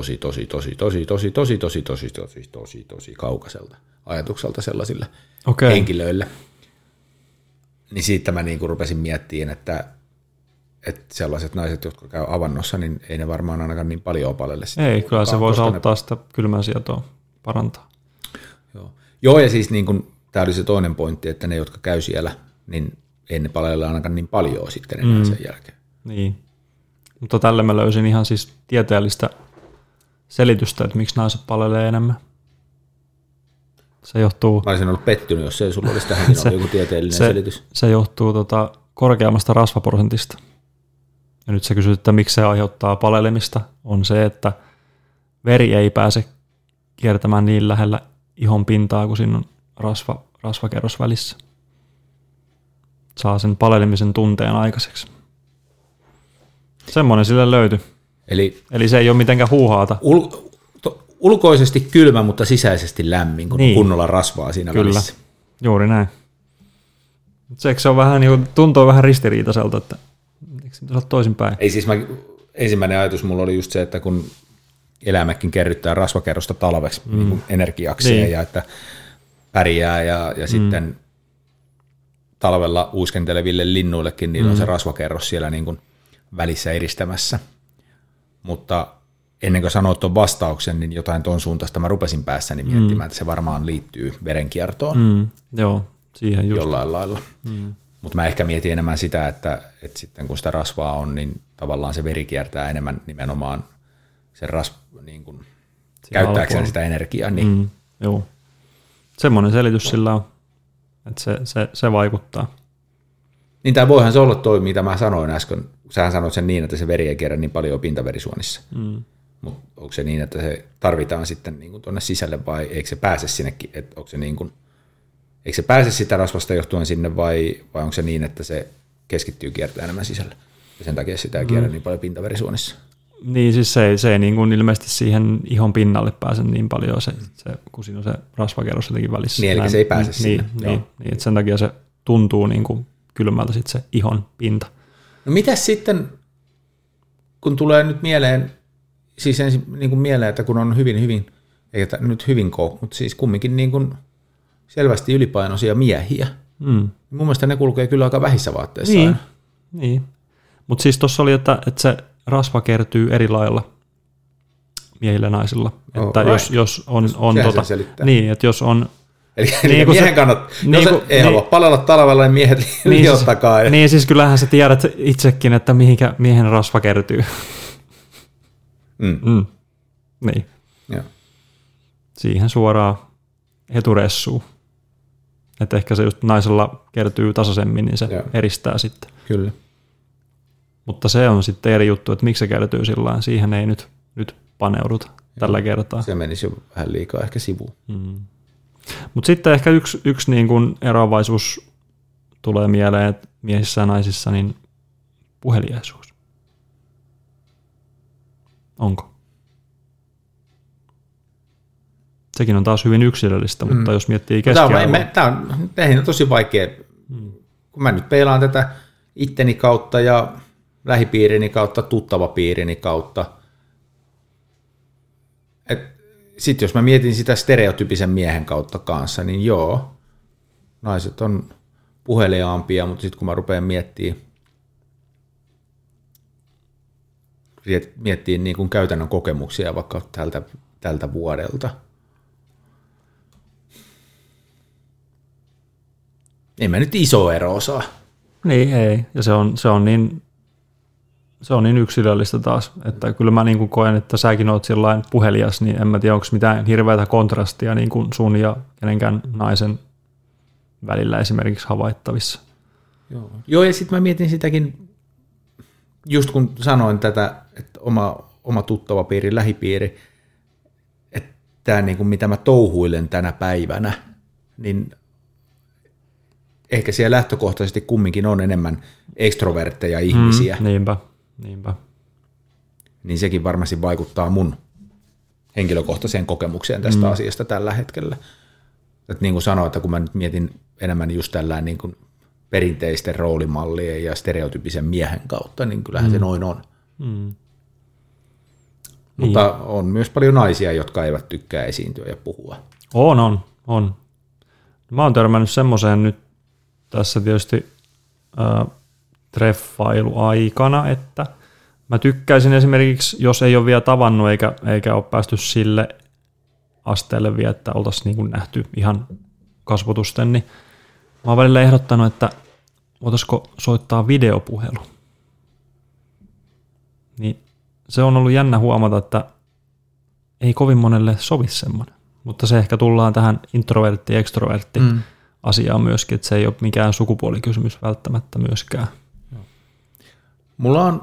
kaukaiselta ajatukselta sellaisille henkilöille. Niin siitä mä niin kuin rupesin miettimään, että sellaiset naiset, jotka käy avannossa, niin ei ne varmaan ainakaan niin paljon palelle sitä. Ei, kyllä se voisi auttaa sitä kylmän sietoa parantaa. Joo, ja siis niin kun, tämä oli se toinen pointti, että ne, jotka käy siellä, niin ei ne palelle ainakaan niin paljon sitten enää sen jälkeen. Niin, mutta tälle mä löysin ihan siis tieteellistä selitystä, että miksi naiset palelee enemmän. Se johtuu... Mä olisin ollut pettynyt, jos ei sulla olisi tähänkin ollut joku tieteellinen selitys. Se johtuu korkeammasta rasvaprosentista. Ja nyt sä kysyt, että miksi se aiheuttaa palelemista, on se, että veri ei pääse kiertämään niin lähellä ihon pintaa, kun siinä on rasvakerros välissä. Saa sen palelemisen tunteen aikaiseksi. Semmoinen sille löytyi. Eli se ei ole mitenkään huuhaata. Ulkoisesti kylmä, mutta sisäisesti lämmin, kun niin. Kunnolla rasvaa siinä välissä. Kyllä, juuri näin. Se on vähän, niin tuntuu vähän ristiriitaiselta, että eikö se olla toisinpäin? Ei siis ensimmäinen ajatus mulla oli just se, että kun eläimäkin kerryttää rasvakerrosta talveksi niin kuin energiakseen ja että pärjää ja sitten talvella uiskenteleville linnuillekin niillä on se rasvakerros siellä niin kuin välissä eristämässä. Mutta ennen kuin sanoit tuon vastauksen, niin jotain tuon suuntaista mä rupesin päässäni miettimään, että se varmaan liittyy verenkiertoon. Joo, siihen just. Jollain lailla. Mutta mä ehkä mietin enemmän sitä, että sitten kun sitä rasvaa on, niin tavallaan se veri kiertää enemmän nimenomaan sen niin kuin käyttääkseen sitä energiaa. Niin. Joo. Semmoinen selitys sillä on, että se vaikuttaa. Niin tai voihan se olla toi, mitä mä sanoin äsken. Sähän sanoit sen niin, että se veri ei kierrä niin paljon pintaverisuonissa. Mutta onko se niin, että se tarvitaan sitten niin kuin tuonne sisälle vai eikö se pääse sinnekin? Että onko se niin kuin, eikö se pääse sitä rasvasta johtuen sinne vai onko se niin, että se keskittyy kiertämään enemmän sisälle? Ja sen takia sitä ei kierrä niin paljon pintaverisuonissa. Niin, siis se ei niin kuin ilmeisesti siihen ihon pinnalle pääse niin paljon, kun siinä on se rasvakerros jotenkin välissä. Niin, eli se ei pääse sinne. Niin, että sen takia se tuntuu niin kuin kylmältä sitten se ihon pinta. No mitäs sitten, kun tulee nyt mieleen siis ensin niin kuin mieleen, että kun on hyvin, ei nyt hyvin mutta siis kumminkin niin kuin selvästi ylipainoisia miehiä. Mun mielestä ne kulkee kyllä aika vähissä vaatteissa aina. Niin. Mutta siis tuossa oli, että se rasva kertyy eri lailla miehillä ja naisilla. Että jos on niin, että jos on... Eli miehen kannattaa, jos ei halua palella talvella, niin miehet liottakaa. Niin, siis kyllähän sä tiedät itsekin, että mihinkä miehen rasva kertyy. Niin. Ja. Siihen suoraan eturessuun. Että ehkä se just naisella kertyy tasaisemmin, niin se eristää sitten. Kyllä. Mutta se on sitten eri juttu, että miksi se kertyy sillä siihen ei nyt paneuduta tällä kertaa. Se menisi jo vähän liikaa ehkä sivuun. Mutta sitten ehkä yksi niin kuin eroavaisuus tulee mieleen, että miehissä ja naisissa, niin puheliaisuus. Onko? Sekin on taas hyvin yksilöllistä, mutta jos miettii keskiarvoa. Tämä on tosi vaikea, kun mä nyt peilaan tätä itteni kautta ja lähipiirini kautta, tuttavapiirini kautta. Sitten jos mä mietin sitä stereotypisen miehen kautta kanssa, niin joo, naiset on puheliaampia, mutta sitten kun mä rupean miettimään niin kuin käytännön kokemuksia vaikka tältä vuodelta, en mä nyt iso ero osaa. Niin ei, ja se on niin yksilöllistä taas, että kyllä mä niin kuin koen, että säkin oot sillain puhelias, niin en mä tiedä, onko mitään hirveätä kontrastia niin kuin sun ja kenenkään naisen välillä esimerkiksi havaittavissa. Joo, ja sitten mä mietin sitäkin, just kun sanoin tätä, että oma tuttava piiri, lähipiiri, että tämä niin kuin mitä mä touhuilen tänä päivänä, niin ehkä siellä lähtökohtaisesti kumminkin on enemmän ekstrovertteja ihmisiä. Niinpä. Niin sekin varmasti vaikuttaa mun henkilökohtaiseen kokemukseen tästä asiasta tällä hetkellä. Että niin kuin sanoin, että kun mä nyt mietin enemmän just tällään niin kuin perinteisten roolimallien ja stereotypisen miehen kautta, niin kyllähän se noin on. Mutta on myös paljon naisia, jotka eivät tykkää esiintyä ja puhua. On. Mä oon törmännyt semmoiseen nyt tässä tietysti treffailuaikana, että mä tykkäisin esimerkiksi, jos ei ole vielä tavannut eikä ole päästy sille asteelle vielä, että oltaisiin niin kuin nähty ihan kasvotusten, niin mä oon välillä ehdottanut, että voitaisiko soittaa videopuhelu. Niin se on ollut jännä huomata, että ei kovin monelle sovi semmoinen, mutta se ehkä tullaan tähän introvertti-extrovertti asiaan myöskin, että se ei ole mikään sukupuolikysymys välttämättä myöskään. Mulla on,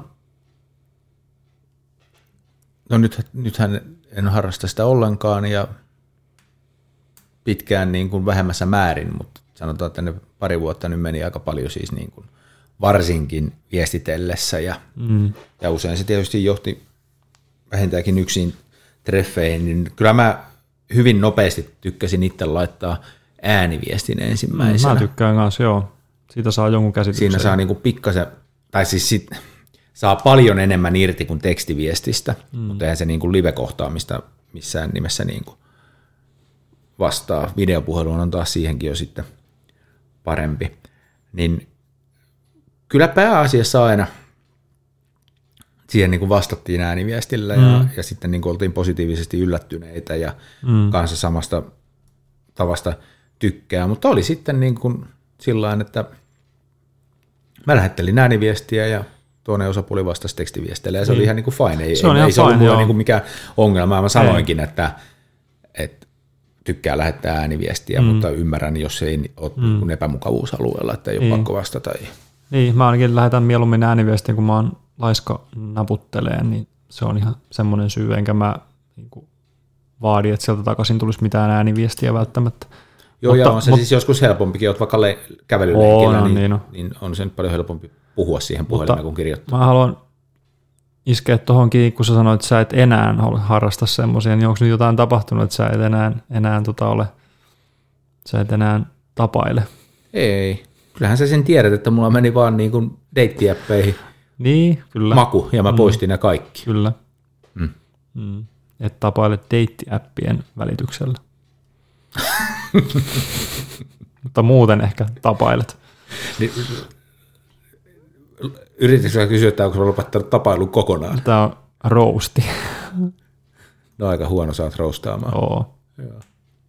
nythän en harrasta sitä ollenkaan ja pitkään niin kuin vähemmässä määrin, mutta sanotaan, että ne pari vuotta nyt meni aika paljon siis niin kuin varsinkin viestitellessä ja usein se tietysti johti vähintäänkin yksin treffeihin, niin kyllä mä hyvin nopeasti tykkäsin itse laittaa ääniviestin ensimmäisenä. Mä tykkään kanssa, joo. Siitä saa jonkun käsityksen. Siinä saa niinku pikkasen, tai siis saa paljon enemmän irti kuin tekstiviestistä, mutta eihän se niinku live-kohtaamista missään nimessä niinku vastaa. Videopuhelu on taas siihenkin jo sitten parempi. Niin kyllä pääasiassa aina siihen niinku vastattiin ääniviestillä ja sitten niinku oltiin positiivisesti yllättyneitä ja kanssa samasta tavasta tykkää, mutta oli sitten niin kuin sillain, että mä lähettelin ääniviestiä ja toinen osapuoli vastasi tekstiviesteillä ja se oli ihan niin kuin fine. Ei se ollut mulla niin kuin mikään ongelma. Mä sanoinkin, että tykkää lähettää ääniviestiä, mutta ymmärrän, jos ei ole epämukavuusalueella, että ei ole pakko vastata. Niin, mä ainakin lähetän mieluummin ääniviestiä, kun mä oon laiska naputteleen, niin se on ihan semmoinen syy, enkä mä niin kuin vaadi, että sieltä takaisin tulisi mitään ääniviestiä välttämättä. Joo, ja on se siis joskus helpompikin, olet vaikka kävelyleikillä, niin on se nyt paljon helpompi puhua siihen puhelimeen kuin kirjoittaa. Mä haluan iskeä tuohonkin, kun sä sanoit, että sä et enää harrasta semmoisia, niin onko nyt jotain tapahtunut, että sä et enää tapaile? Ei. Kyllähän sä sen tiedät, että mulla meni vaan niin kuin deittiäppeihin niin, kyllä. maku, ja mä poistin ne kaikki. Kyllä. Et tapaile deittiäppien välityksellä. Mutta muuten ehkä tapailet. Yrityksellä kysyä, että onko lopettanut tapailun kokonaan? Tämä on roasti. No aika huono, saat roastaamaan. Joo.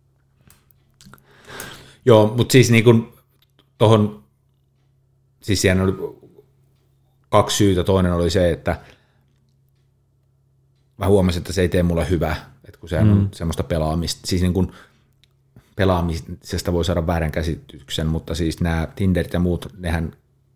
Joo, mutta siis niin kuin tohon, siis siinä oli 2 syytä. Toinen oli se, että mä huomasin, että se ei tee mulle hyvää, että kun se on semmoista pelaamista, siis niin kuin pelaamisesta voi saada väärän käsityksen, mutta siis nämä Tinderit ja muut, nehän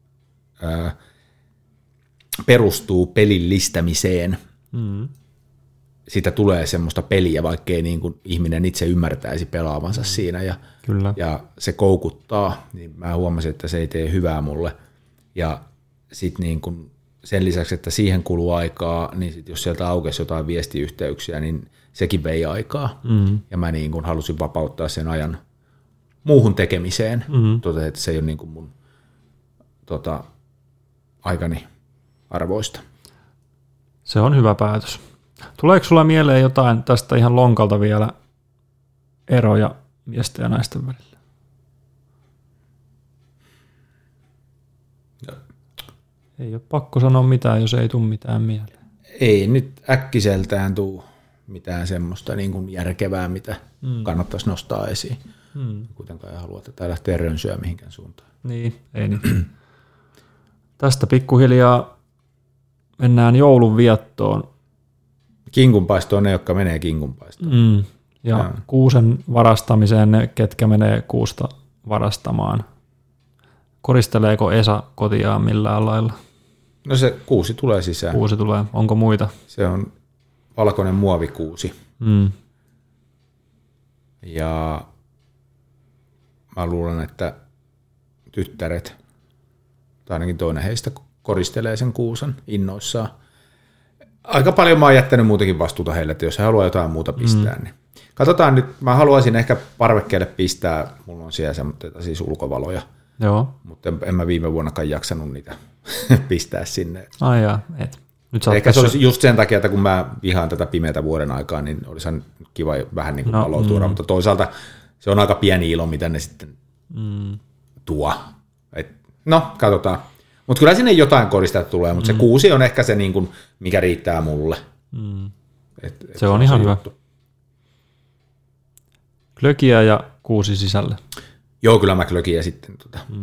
perustuu pelillistämiseen. Siitä tulee semmoista peliä, vaikkei niin kuin ihminen itse ymmärtäisi pelaavansa siinä ja se koukuttaa, niin mä huomasin, että se ei tee hyvää mulle. Ja sitten niin kuin sen lisäksi, että siihen kuluu aikaa, niin sit jos sieltä aukesi jotain viestiyhteyksiä, niin sekin vei aikaa. Ja mä niin kuin halusin vapauttaa sen ajan muuhun tekemiseen. Totesin, että se ei ole niin kuin mun aikani arvoista. Se on hyvä päätös. Tuleeko sulla mieleen jotain tästä ihan lonkalta vielä eroja miesten ja naisten välillä? No. Ei ole pakko sanoa mitään, jos ei tule mitään mieleen. Ei nyt äkkiseltään tule mitään semmoista niin kuin järkevää, mitä kannattaisi nostaa esiin. Kuitenkaan ei halua tätä lähteä rönsyä mihinkään suuntaan. Niin, ei niin. Tästä pikkuhiljaa mennään joulun viettoon. Kinkunpaisto on ne, jotka menee kinkunpaistoon. Ja kuusen varastamiseen ne, ketkä menee kuusta varastamaan. Koristeleeko Esa kotiaan millään lailla? No se kuusi tulee sisään. Kuusi tulee. Onko muita? Se on valkoinen muovikuusi. Ja mä luulen, että tyttäret, tai ainakin toinen heistä, koristelee sen kuusen innoissaan. Aika paljon mä oon jättänyt muutenkin vastuuta heille, että jos he haluaa jotain muuta pistää, niin katsotaan nyt. Mä haluaisin ehkä parvekkeelle pistää, mulla on siellä semmoista siis ulkovaloja. Joo. Mutta en mä viime vuonnakaan jaksanut niitä pistää sinne. Ai jaa, et. Nyt ehkä se olisi just sen takia, että kun mä vihaan tätä pimeätä vuoden aikaa, niin olisi kiva vähän niin kuin valotuoda, mutta toisaalta se on aika pieni ilo, mitä ne sitten tuo. No, katsotaan. Mutta kyllä sinne jotain koristetta tulee, mutta se kuusi on ehkä se, niin kuin, mikä riittää mulle. Se on ihan hyvä. Klökiä ja kuusi sisälle. Joo, kyllä mä klökiä sitten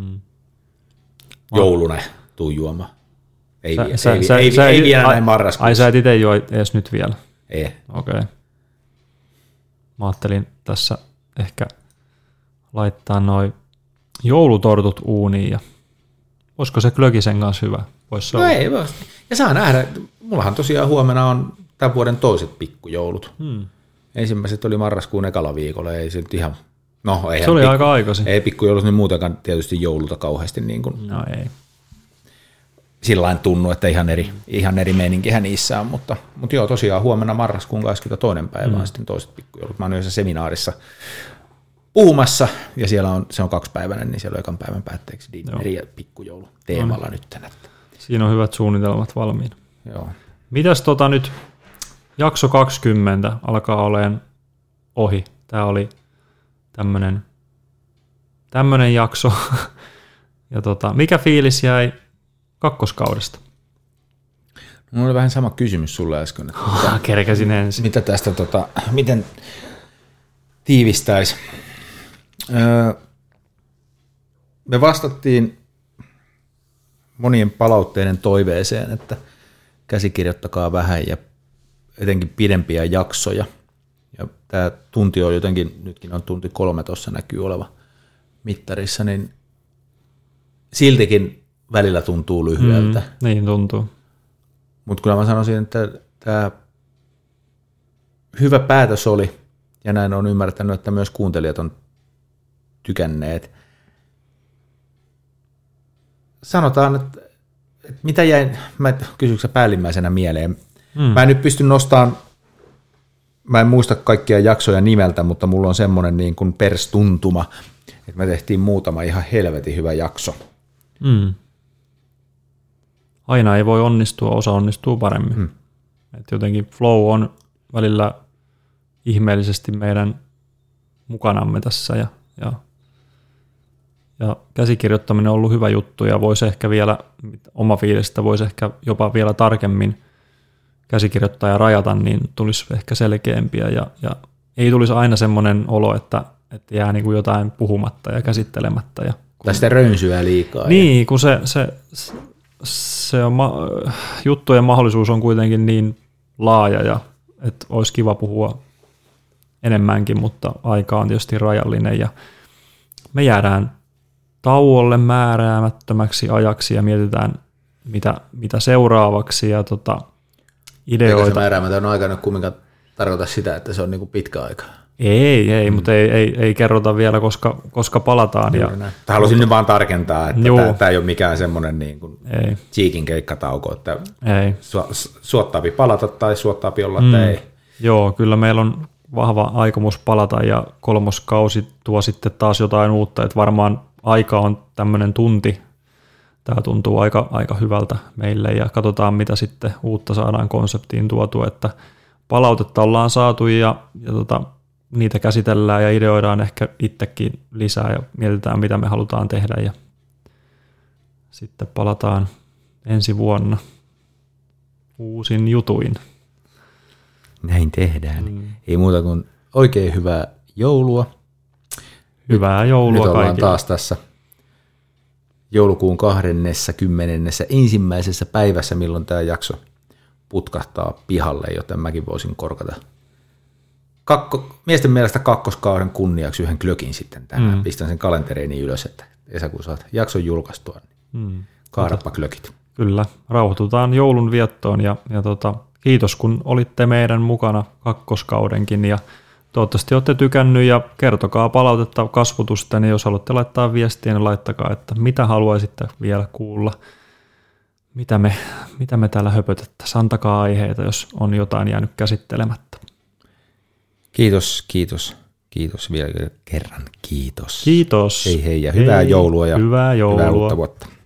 jouluna tuu juomaan. Ei vielä näin marraskuussa. Ai sä et itse juo edes nyt vielä? Ei. Okei. Mä ajattelin tässä ehkä laittaa noi joulutortut uuniin ja olisiko se klökisen kanssa hyvä? No ei, ja saa nähdä. Mullahan tosiaan huomenna on tämän vuoden toiset pikkujoulut. Ensimmäiset oli marraskuun ekalla viikolla, ei se nyt ihan... No, se oli aika aikaisin. Ei pikkujoulut niin muutenkaan tietysti jouluta kauheasti. Niin kuin no ei. Sillain tunnu, että ihan eri meininkihän niissä on, mutta joo, tosiaan huomenna marraskuun 22. päivä on sitten toiset pikkujoulut. Mä oon yhdessä seminaarissa puhumassa, ja se on 2-päiväinen, niin siellä on ekan päivän päätteeksi dinneri ja pikkujoulu teemalla nyt. Siinä on hyvät suunnitelmat valmiina. Joo. Mitäs nyt jakso 20 alkaa olemaan ohi. Tämä oli tämmönen jakso. Ja mikä fiilis jäi kakkoskaudesta? Mulla oli vähän sama kysymys sulle äsken. Kerkäsin ensin. Mitä tästä, miten tiivistäisi? Me vastattiin monien palautteiden toiveeseen, että käsikirjoittakaa vähän ja etenkin pidempiä jaksoja. Ja tämä tunti on jotenkin, nytkin on tunti 3 tuossa näkyy oleva mittarissa, niin siltikin välillä tuntuu lyhyeltä. Niin tuntuu. Mutta kyllä mä sanoisin, että tämä hyvä päätös oli, ja näin on ymmärtänyt, että myös kuuntelijat on tykänneet. Sanotaan, että mitä jäi, kysyykö sä päällimmäisenä mieleen? Mä en nyt pysty nostamaan, mä en muista kaikkia jaksoja nimeltä, mutta mulla on semmoinen niin kuin perstuntuma, että me tehtiin muutama ihan helvetin hyvä jakso. Aina ei voi onnistua, osa onnistuu paremmin. Et jotenkin flow on välillä ihmeellisesti meidän mukanamme tässä ja käsikirjoittaminen on ollut hyvä juttu ja voisi ehkä vielä, oma fiilestä voisi ehkä jopa vielä tarkemmin käsikirjoittaa ja rajata, niin tulisi ehkä selkeämpiä ja ei tulisi aina semmoinen olo, että jää niin kuin jotain puhumatta ja käsittelemättä. Tai sitten rönsyä liikaa. Niin, kun se on juttujen mahdollisuus on kuitenkin niin laaja ja että olisi kiva puhua enemmänkin, mutta aika on tietysti rajallinen ja me jäädään tauolle määräämättömäksi ajaksi ja mietitään mitä seuraavaksi ja ideoita. Eikä se määräämätön aika nyt kumminkaan tarkoita sitä, että se on niin kuin pitkä aika. Ei, mutta ei kerrota vielä, koska palataan. Haluaisin nyt vaan tarkentaa, että tämä ei ole mikään semmoinen niin kuin Cheekin keikkatauko, että suottaapi palata tai suottaapi olla, että ei. Joo, kyllä meillä on vahva aikomus palata ja 3. kausi tuo sitten taas jotain uutta, että varmaan aika on tämmöinen tunti. Tämä tuntuu aika hyvältä meille ja katsotaan mitä sitten uutta saadaan konseptiin tuotua, että palautetta ollaan saatu ja niitä käsitellään ja ideoidaan ehkä itsekin lisää ja mietitään mitä me halutaan tehdä ja sitten palataan ensi vuonna uusin jutuin. Näin tehdään. Ei muuta kuin oikein hyvää joulua. Hyvää joulua nyt ollaan kaikille. Taas tässä joulukuun 21. päivässä, milloin tämä jakso putkahtaa pihalle, joten mäkin voisin korkata miesten mielestä kakkoskauden kunniaksi yhden glökin sitten tänään. Pistän sen kalenteriini ylös, että Esa, kun saat jakson julkaistua, niin kaadappa glökit. Kyllä, rauhoitutaan joulun viettoon ja kiitos kun olitte meidän mukana kakkoskaudenkin ja toivottavasti olette tykännyt ja kertokaa palautetta kasvutusta, niin jos haluatte laittaa viestiä, niin laittakaa, että mitä haluaisitte vielä kuulla, mitä me täällä höpötettäisiin. Antakaa aiheita, jos on jotain jäänyt käsittelemättä. Kiitos vielä kerran. Kiitos. Kiitos. Hei ja hyvää joulua ja hyvää uutta vuotta.